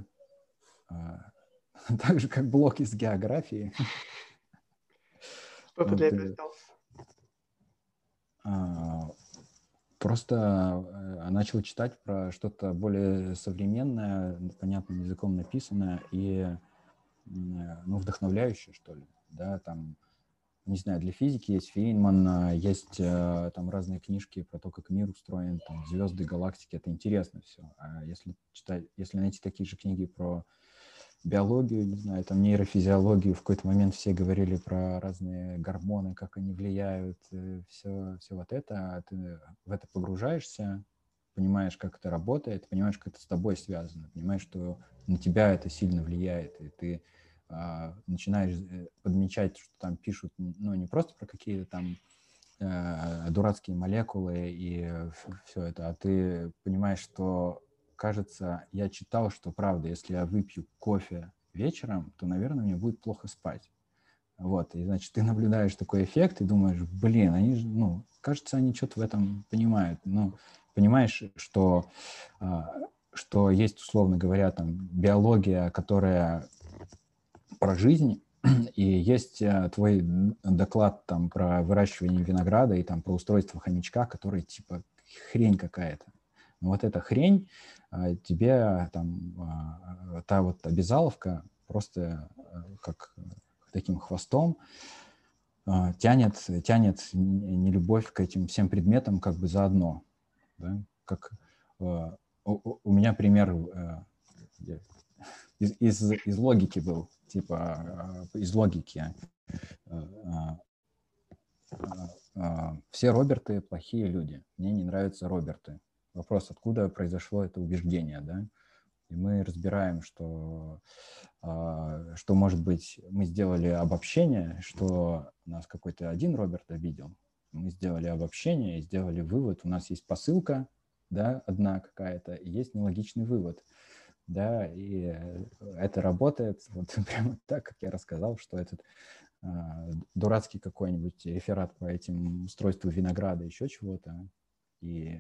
Так же, как блок из географии. Что ты для этого сделал? Просто начал читать про что-то более современное, понятным языком написанное и вдохновляющее, что ли. Да, там, не знаю, для физики есть Фейнман, есть там разные книжки про то, как мир устроен, там, звезды, галактики. Это интересно все. А если найти такие же книги про биологию, не знаю, там нейрофизиологию, в какой-то момент все говорили про разные гормоны, как они влияют, все вот это, ты в это погружаешься, понимаешь, как это работает, понимаешь, как это с тобой связано, понимаешь, что на тебя это сильно влияет, и ты начинаешь подмечать, что там пишут, не просто про какие-то там дурацкие молекулы и все это, а ты понимаешь, что кажется, я читал, что правда, если я выпью кофе вечером, то, наверное, мне будет плохо спать. Вот, и, значит, ты наблюдаешь такой эффект и думаешь, блин, они же, кажется, они что-то в этом понимают. Понимаешь, что есть, условно говоря, там, биология, которая про жизнь, и есть твой доклад там про выращивание винограда и там про устройство хомячка, который типа хрень какая-то. Но вот эта хрень тебе там та вот обязаловка просто как таким хвостом тянет нелюбовь к этим всем предметам как бы заодно. Да? Как у меня пример из логики был. Типа из логики. Все Роберты плохие люди. Мне не нравятся Роберты. Вопрос, откуда произошло это убеждение, да? И мы разбираем, что может быть, мы сделали обобщение, что нас какой-то один Роберт обидел. Мы сделали обобщение и сделали вывод. У нас есть посылка, да, одна какая-то, и есть нелогичный вывод. Да, и это работает вот прямо так, как я рассказал, что этот дурацкий какой-нибудь реферат по этим устройству винограда, еще чего-то, и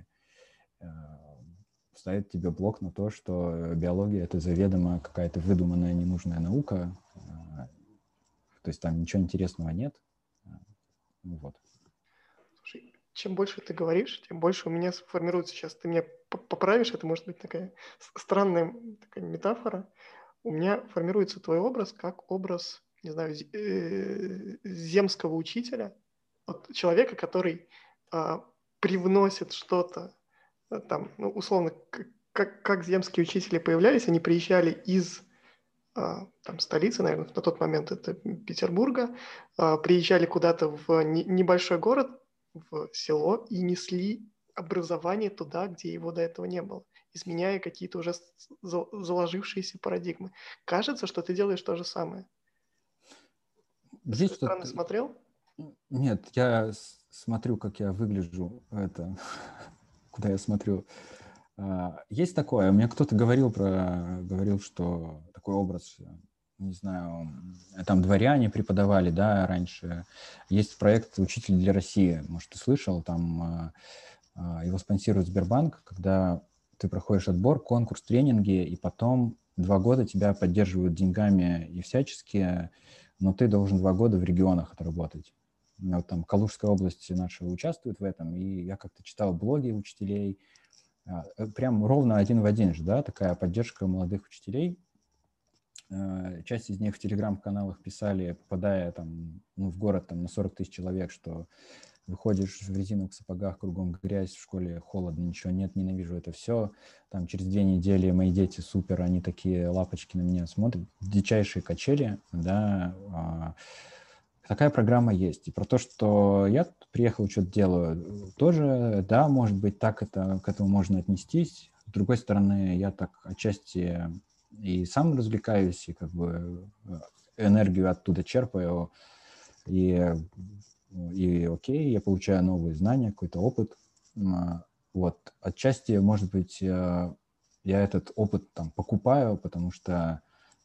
ставит тебе блок на то, что биология — это заведомо какая-то выдуманная ненужная наука, то есть там ничего интересного нет. Вот. Слушай, чем больше ты говоришь, тем больше у меня формируется сейчас. Ты меня поправишь, это может быть такая странная такая метафора. У меня формируется твой образ как образ, не знаю, земского учителя, вот человека, который привносит что-то, там, условно, как земские учители появлялись, они приезжали из там, столицы, наверное, на тот момент это Петербурга, приезжали куда-то в небольшой город, в село, и несли образование туда, где его до этого не было, изменяя какие-то уже заложившиеся парадигмы. Кажется, что ты делаешь то же самое. Здесь С той стороны смотрел? Нет, я смотрю, как я выгляжу, куда я смотрю. Есть такое, мне кто-то говорил, что такой образ, не знаю, там дворяне преподавали, да, раньше. Есть проект «Учитель для России», может, ты слышал, там его спонсирует Сбербанк, когда ты проходишь отбор, конкурс, тренинги, и потом 2 года тебя поддерживают деньгами и всячески, но ты должен 2 года в регионах отработать. Вот там Калужская область наша участвует в этом, и я как-то читал блоги учителей, прям ровно один в один же, да, такая поддержка молодых учителей. Часть из них в телеграм-каналах писали, попадая там, в город там, на 40 тысяч человек, что выходишь в резиновых сапогах, кругом грязь, в школе холодно, ничего нет, ненавижу это все. Там через 2 недели мои дети супер, они такие лапочки на меня смотрят. Дичайшие качели, да. Такая программа есть. И про то, что я приехал, что-то делаю, тоже, да, может быть, так к этому можно отнестись. С другой стороны, я так отчасти и сам развлекаюсь, и как бы энергию оттуда черпаю, и окей, я получаю новые знания, какой-то опыт. Вот, отчасти, может быть, я этот опыт там покупаю, потому что,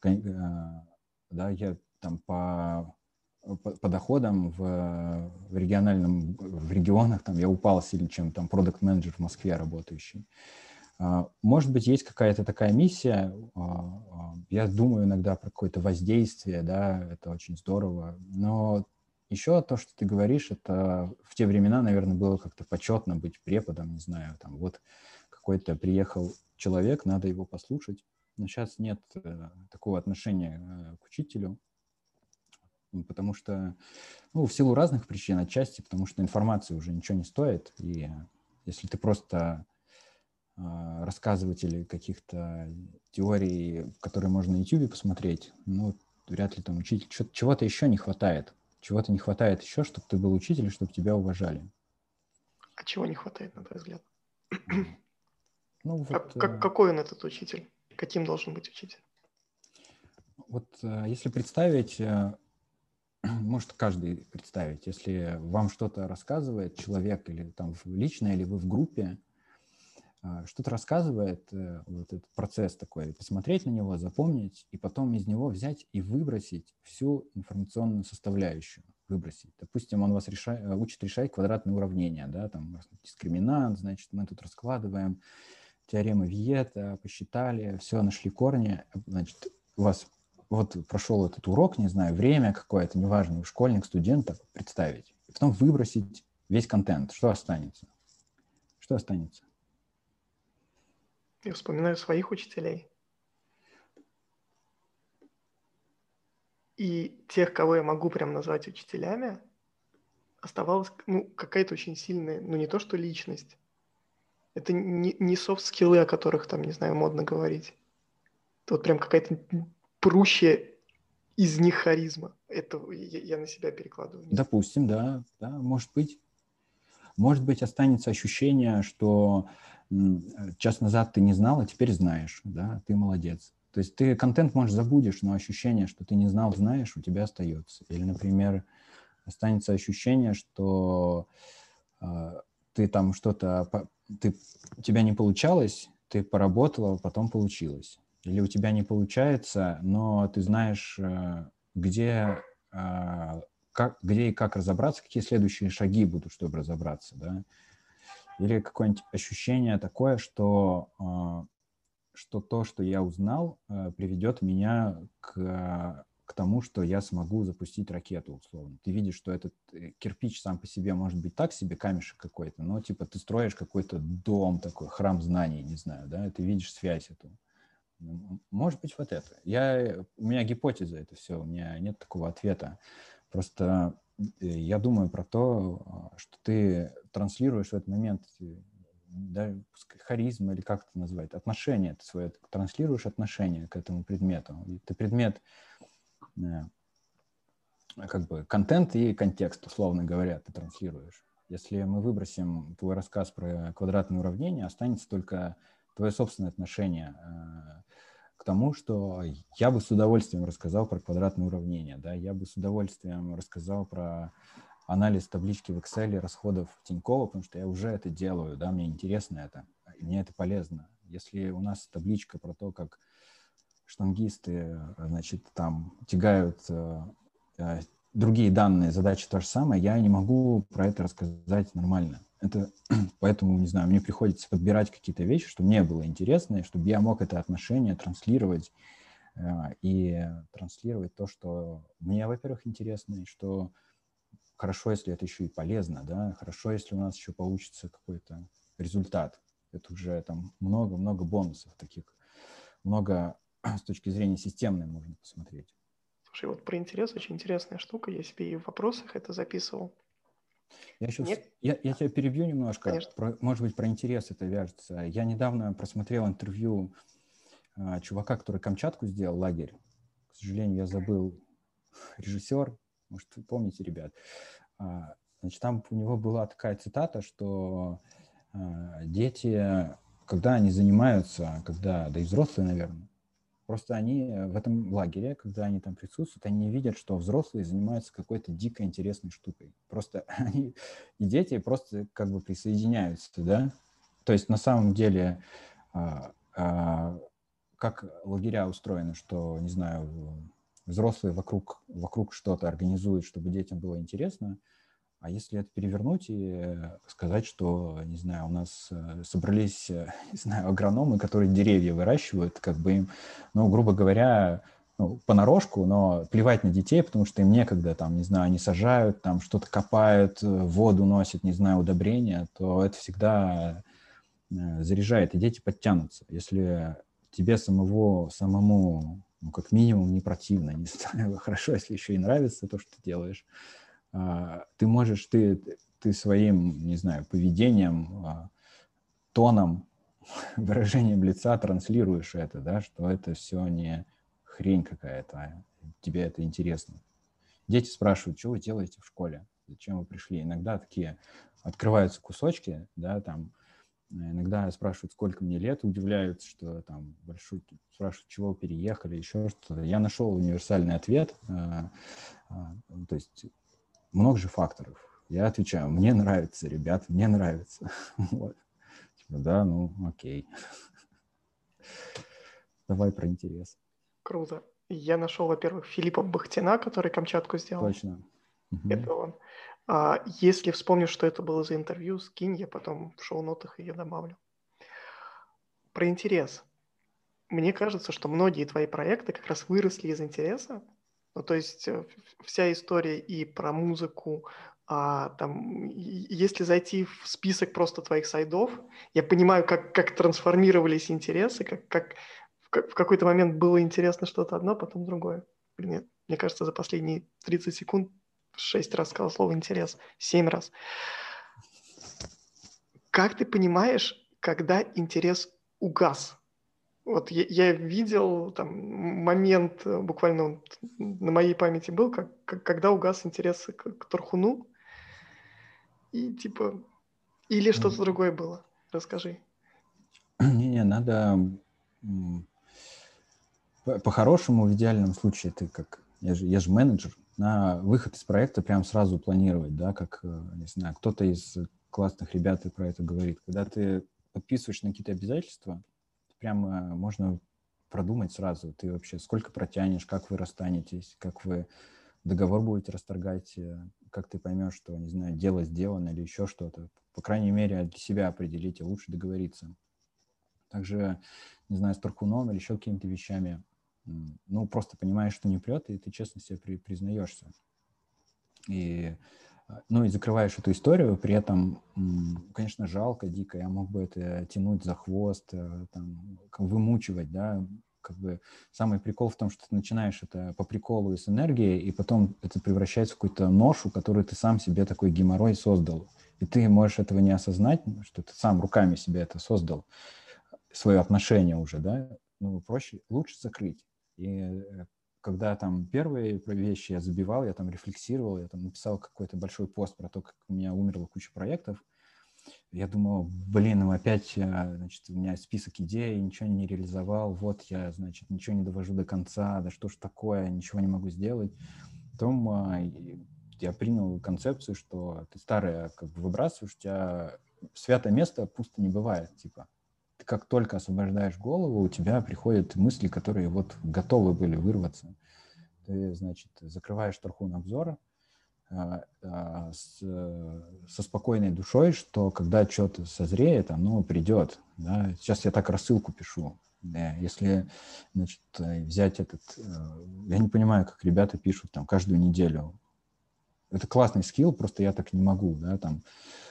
да, я там по доходам в регионах, там я упал сильно, чем там продакт-менеджер в Москве работающий. Может быть, есть какая-то такая миссия. Я думаю иногда про какое-то воздействие, да, это очень здорово. Но еще то, что ты говоришь, это в те времена, наверное, было как-то почетно быть преподом, не знаю, там вот какой-то приехал человек, надо его послушать. Но сейчас нет такого отношения к учителю, потому что, в силу разных причин, отчасти, потому что информация уже ничего не стоит, и если ты просто рассказывателей каких-то теорий, которые можно на YouTube посмотреть, вряд ли там учитель. Чего-то еще не хватает. Чего-то не хватает еще, чтобы ты был учителем, чтобы тебя уважали. А чего не хватает, на твой взгляд? Какой он этот учитель? Каким должен быть учитель? Вот если представить, может каждый представить, если вам что-то рассказывает человек, или там лично, или вы в группе, что-то рассказывает, вот этот процесс такой, посмотреть на него, запомнить, и потом из него взять и выбросить всю информационную составляющую. Выбросить. Допустим, он вас учит решать квадратные уравнения, да, там дискриминант, значит, мы тут раскладываем теоремы Виета, посчитали, все, нашли корни, значит, у вас вот прошел этот урок, не знаю, время какое-то, неважно, школьник, студент, представить, и потом выбросить весь контент. Что останется? Что останется? Я вспоминаю своих учителей. И тех, кого я могу прям назвать учителями, оставалась какая-то очень сильная, не то что личность. Это не софт-скиллы, о которых там, не знаю, модно говорить. Это вот прям какая-то прущая из них харизма. Это я на себя перекладываю. Допустим, да, может быть. Может быть, останется ощущение, что час назад ты не знал, а теперь знаешь, да, ты молодец. То есть ты контент, может, забудешь, но ощущение, что ты не знал, знаешь, у тебя остается. Или, например, останется ощущение, что ты там что-то, у тебя не получалось, ты поработала, потом получилось. Или у тебя не получается, но ты знаешь, где и как разобраться, какие следующие шаги будут, чтобы разобраться, да. Или какое-нибудь ощущение такое, что то, что я узнал, приведет меня к тому, что я смогу запустить ракету, условно. Ты видишь, что этот кирпич сам по себе может быть так себе, камешек какой-то, но типа ты строишь какой-то дом такой, храм знаний, не знаю, да, ты видишь связь эту. Может быть, вот это. У меня гипотеза это все, у меня нет такого ответа. Просто я думаю про то, что ты транслируешь в этот момент, да, харизма или как это назвать, отношение ты свое, транслируешь отношение к этому предмету. И ты предмет, как бы контент и контекст, условно говоря, ты транслируешь. Если мы выбросим твой рассказ про квадратные уравнения, останется только твое собственное отношение к тому, что я бы с удовольствием рассказал про квадратные уравнения, да, я бы с удовольствием рассказал про анализ таблички в Excel расходов Тинькова, потому что я уже это делаю, да, мне интересно это, и мне это полезно. Если у нас табличка про то, как штангисты, значит, там тягают другие данные, задачи то же самое, я не могу про это рассказать нормально. Это поэтому, не знаю, мне приходится подбирать какие-то вещи, чтобы мне было интересно, и чтобы я мог это отношение транслировать и транслировать то, что мне, во-первых, интересно, и что хорошо, если это еще и полезно, да, хорошо, если у нас еще получится какой-то результат. Это уже там много-много бонусов таких, много с точки зрения системной можно посмотреть. Слушай, вот про интерес очень интересная штука. Я себе и в вопросах это записывал. Я тебя перебью немножко. Конечно. Может быть, про интерес это вяжется. Я недавно просмотрел интервью чувака, который Камчатку сделал, лагерь. К сожалению, я забыл режиссер. Может, вы помните, ребят. Значит, там у него была такая цитата, что дети, когда они занимаются, да и взрослые, наверное, просто они в этом лагере, когда они там присутствуют, они видят, что взрослые занимаются какой-то дико интересной штукой. Просто они и дети просто как бы присоединяются, да? То есть на самом деле как лагеря устроены, что, не знаю, взрослые вокруг что-то организуют, чтобы детям было интересно. А если это перевернуть и сказать, что, не знаю, у нас собрались, не знаю, агрономы, которые деревья выращивают, как бы им, ну, грубо говоря, понарошку, но плевать на детей, потому что им некогда, там, не знаю, они сажают, там, что-то копают, воду носят, не знаю, удобрения, то это всегда заряжает, и дети подтянутся. Если тебе самому, ну, как минимум, не противно, не знаю, хорошо, если еще и нравится то, что ты делаешь, ты можешь, ты своим, не знаю, поведением, тоном, выражением лица транслируешь это, да, что это все не хрень какая-то, а тебе это интересно. Дети спрашивают, что вы делаете в школе, зачем вы пришли. Иногда такие открываются кусочки, да, там, иногда спрашивают, сколько мне лет, удивляются, что там большой, спрашивают, чего вы переехали, еще что-то. Я нашел универсальный ответ, то есть много же факторов. Я отвечаю, мне нравится, ребят, мне нравится. Вот. Типа, да, ну, окей. Давай про интерес. Круто. Я нашел, во-первых, Филиппа Бахтина, который Камчатку сделал. Точно. Это он. Если вспомнишь, что это было за интервью, скинь, я потом в шоу-нотах ее добавлю. Про интерес. Мне кажется, что многие твои проекты как раз выросли из интереса. Ну, то есть вся история и про музыку, там, если зайти в список просто твоих сайдов, я понимаю, как трансформировались интересы, как в какой-то момент было интересно что-то одно, потом другое. Блин, мне кажется, за последние 30 секунд 6 раз сказал слово «интерес», 7 раз. Как ты понимаешь, когда интерес угас? Вот я видел там момент, буквально на моей памяти был, когда угас интерес к Тархуну, и типа, или что-то другое было. Расскажи. Не-не, надо по-хорошему, в идеальном случае, ты как, я же менеджер, на выход из проекта прям сразу планировать, да, как, не знаю, кто-то из классных ребят и про это говорит. Когда ты подписываешь на какие-то обязательства, прямо можно продумать сразу, ты вообще сколько протянешь, как вы расстанетесь, как вы договор будете расторгать, как ты поймешь, что, не знаю, дело сделано или еще что-то. По крайней мере, для себя определите, лучше договориться. Также, не знаю, с Тархуном или еще какими-то вещами, ну, просто понимаешь, что не прет, и ты честно себе признаешься. И, ну, и закрываешь эту историю, при этом, конечно, жалко, дико, я мог бы это тянуть за хвост, там, вымучивать, да, как бы самый прикол в том, что ты начинаешь это по приколу и с энергией, и потом это превращается в какую-то ношу, которую ты сам себе такой геморрой создал. И ты можешь этого не осознать, что ты сам руками себе это создал, свое отношение уже, да, ну, проще, лучше закрыть. И когда там первые вещи я забивал, я там рефлексировал, я там написал какой-то большой пост про то, как у меня умерла куча проектов, я думал, блин, ну опять, значит, у меня список идей, ничего не реализовал, вот я, значит, ничего не довожу до конца, да что ж такое, ничего не могу сделать. Потом Значит, я принял концепцию, что ты старое как бы выбрасываешь, у тебя святое место пусто не бывает, типа. Ты как только освобождаешь голову, у тебя приходят мысли, которые вот готовы были вырваться. Ты, значит, закрываешь тархун обзора со спокойной душой, что когда что-то созреет, оно придет. Да? Сейчас я так рассылку пишу. Да, если, значит, взять этот... Я не понимаю, как ребята пишут там каждую неделю. Это классный скилл, просто я так не могу. Да, там,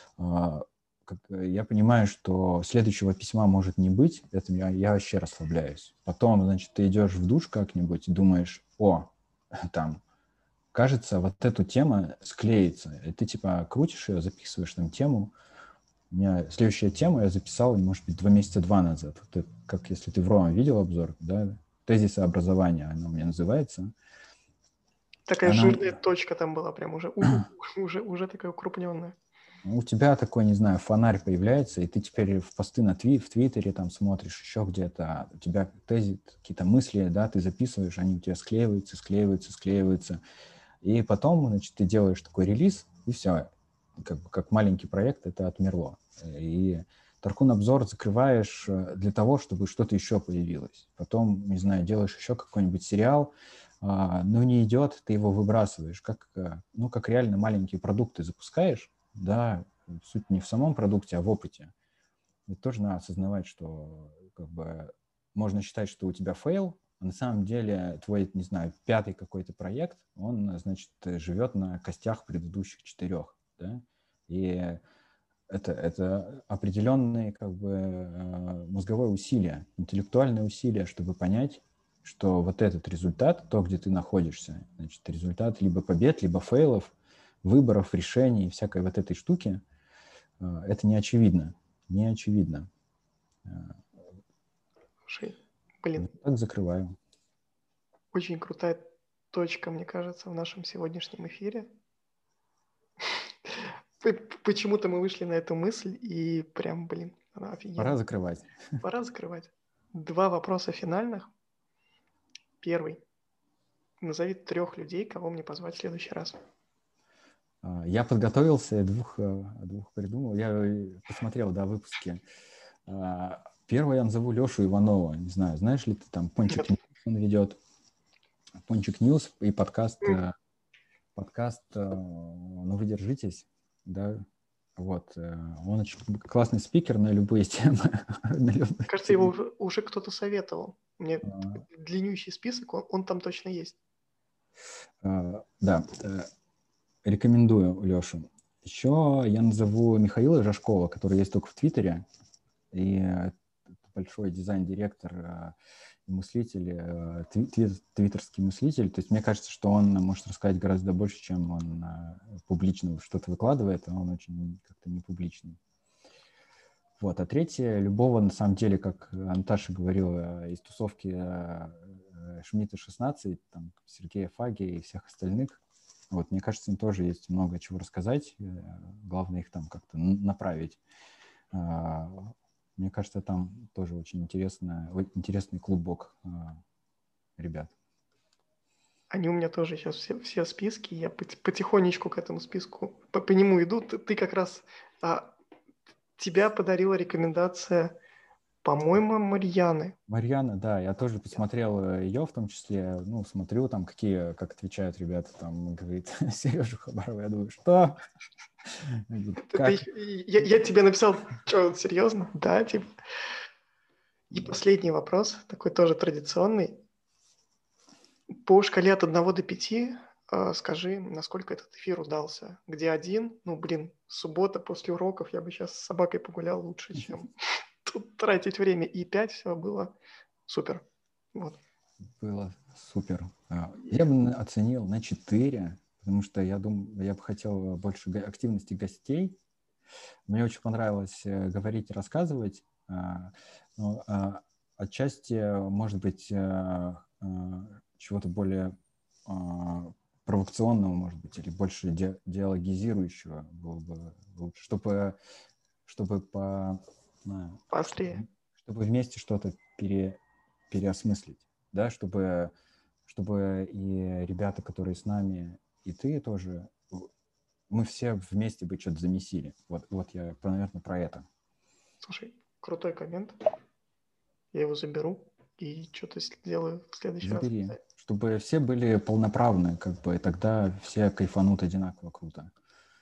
я понимаю, что следующего письма может не быть, это я вообще расслабляюсь. Потом, значит, ты идешь в душ как-нибудь и думаешь, там, кажется, вот эту тему склеится. И ты, типа, крутишь ее, записываешь там тему. У меня следующая тема я записал, может быть, 2 месяца назад. Вот это, как если ты в Рома видел обзор, да, тезисы образования, она у меня называется. Такая жирная точка там была, прям уже такая укрупненная. У тебя такой, не знаю, фонарь появляется, и ты теперь в посты в Твиттере там смотришь, еще где-то, у тебя тезис, какие-то мысли, да, ты записываешь, они у тебя склеиваются. И потом, значит, ты делаешь такой релиз, и все, как маленький проект, это отмерло. И Тархун обзор закрываешь для того, чтобы что-то еще появилось. Потом, не знаю, делаешь еще какой-нибудь сериал, но не идет, ты его выбрасываешь. Как реально маленькие продукты запускаешь, да, суть не в самом продукте, а в опыте. Это тоже надо осознавать, что как бы можно считать, что у тебя фейл, а на самом деле твой, не знаю, 5-й какой-то проект, он, значит, живет на костях предыдущих 4, да, и это определенное как бы мозговое усилие, интеллектуальное усилие, чтобы понять, что вот этот результат, то, где ты находишься, значит, результат либо побед, либо фейлов, выборов, решений, всякой вот этой штуки, это не очевидно. Слушай, блин. Так закрываю. Очень крутая точка, мне кажется, в нашем сегодняшнем эфире. Почему-то мы вышли на эту мысль, и прям, блин, она офигенная. Пора закрывать. 2 вопроса финальных. Первый. Назови 3 людей, кого мне позвать в следующий раз. Я подготовился, 2 придумал. Я посмотрел, да, выпуски. Первый я назову Лешу Иванова. Не знаю, знаешь ли ты там Пончик Ньюс, он ведет. Пончик Ньюс и подкаст «Ну вы держитесь», да. Вот. Он очень классный спикер на любые темы. Кажется, его уже кто-то советовал. Мне длиннющий список, он там точно есть. Да, рекомендую Лешу. Еще я назову Михаила Жашкова, который есть только в Твиттере. И большой дизайн-директор и мыслитель, твиттерский мыслитель. То есть мне кажется, что он может рассказать гораздо больше, чем он публично что-то выкладывает, а он очень как-то не публичный. Вот. А третье, любого, на самом деле, как Наташа говорила, из тусовки Шмидта 16, там, Сергея Фаги и всех остальных, вот, мне кажется, им тоже есть много чего рассказать. Главное их там как-то направить. Мне кажется, там тоже очень интересный клубок ребят. Они у меня тоже сейчас все списки. Я потихонечку к этому списку по нему иду. Ты как раз... тебя подарила рекомендация, по-моему, Марьяны. Марьяна, да, я тоже посмотрел ее, в том числе, смотрю там, как отвечают ребята, там, говорит, Сережа Хабарова, я думаю, что? Я тебе написал, что, серьезно? Да, типа. И последний вопрос, такой тоже традиционный. По шкале от 1 до 5 скажи, насколько этот эфир удался. Где 1? Суббота после уроков, я бы сейчас с собакой погулял лучше, чем тут тратить время. И 5, все было супер. Вот. Было супер. Я бы оценил на 4, потому что я думаю, я бы хотел больше активности гостей. Мне очень понравилось говорить и рассказывать. Но отчасти, может быть, чего-то более провокационного, может быть, или больше диалогизирующего было бы лучше, чтобы Быстрее. Чтобы вместе что-то переосмыслить, да, чтобы и ребята, которые с нами, и ты тоже мы все вместе бы что-то замесили. Вот я, наверное, про это. Слушай, крутой коммент. Я его заберу и что-то сделаю в следующий раз. Забери, чтобы все были полноправны, как бы, и тогда все кайфанут одинаково круто.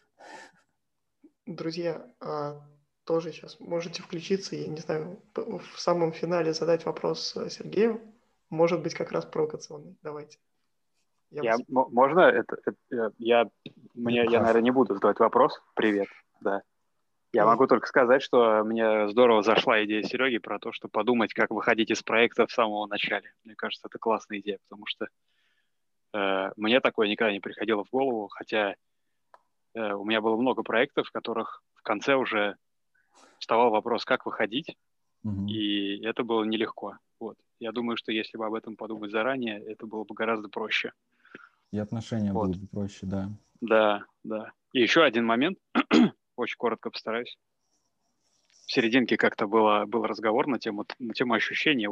Друзья, тоже сейчас можете включиться и, не знаю, в самом финале задать вопрос Сергею. Может быть, как раз провокационный. Давайте. Можно? Я, наверное, не буду задавать вопрос. Привет, да. Я могу только сказать, что мне здорово зашла идея Сереги про то, что подумать, как выходить из проекта в самом начале. Мне кажется, это классная идея, потому что мне такое никогда не приходило в голову, хотя у меня было много проектов, в которых в конце уже вставал вопрос, как выходить, и это было нелегко. Вот. Я думаю, что если бы об этом подумать заранее, это было бы гораздо проще. И отношения было бы проще, да. Да, да. И еще один момент, очень коротко постараюсь. В серединке как-то был разговор на тему ощущения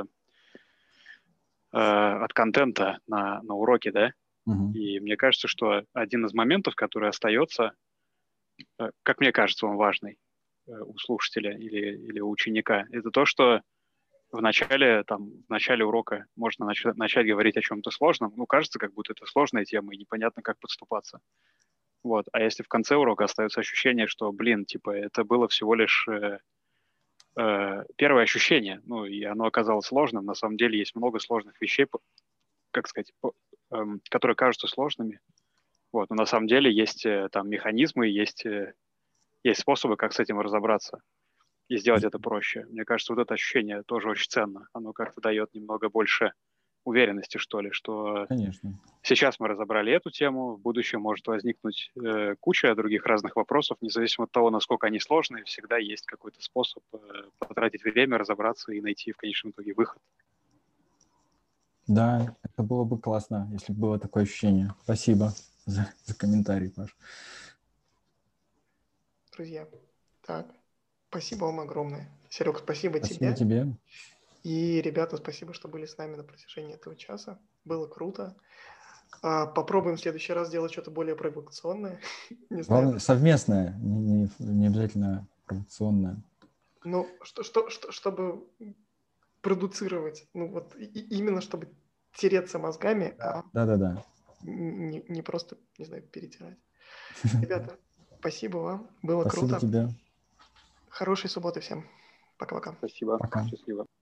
от контента на уроке, да? И мне кажется, что один из моментов, который остается, как мне кажется, он важный у слушателя или у ученика, это то, что в начале урока можно начать говорить о чем-то сложном. Ну, кажется, как будто это сложная тема, и непонятно, как подступаться. Вот. А если в конце урока остается ощущение, что, это было всего лишь первое ощущение, ну, и оно оказалось сложным. На самом деле есть много сложных вещей, которые кажутся сложными. Вот. Но на самом деле есть там механизмы, есть способы, как с этим разобраться и сделать это проще. Мне кажется, вот это ощущение тоже очень ценно. Оно как-то дает немного больше уверенности, что ли, что Конечно. Сейчас мы разобрали эту тему, в будущем может возникнуть куча других разных вопросов, независимо от того, насколько они сложные, всегда есть какой-то способ потратить время, разобраться и найти в конечном итоге выход. Да, это было бы классно, если бы было такое ощущение. Спасибо за комментарий, Паш. Друзья, так, спасибо вам огромное. Серег, спасибо тебе. Спасибо тебе. И, ребята, спасибо, что были с нами на протяжении этого часа. Было круто. Попробуем в следующий раз сделать что-то более провокационное. Не знаю. Главное, совместное, не обязательно провокационное. Ну, чтобы продуцировать, ну вот именно чтобы тереться мозгами, Да. Не просто, не знаю, перетирать. Ребята, спасибо вам. Было Спасибо круто. тебе. Хорошей субботы всем. Пока-пока. Спасибо. Пока. Счастливо.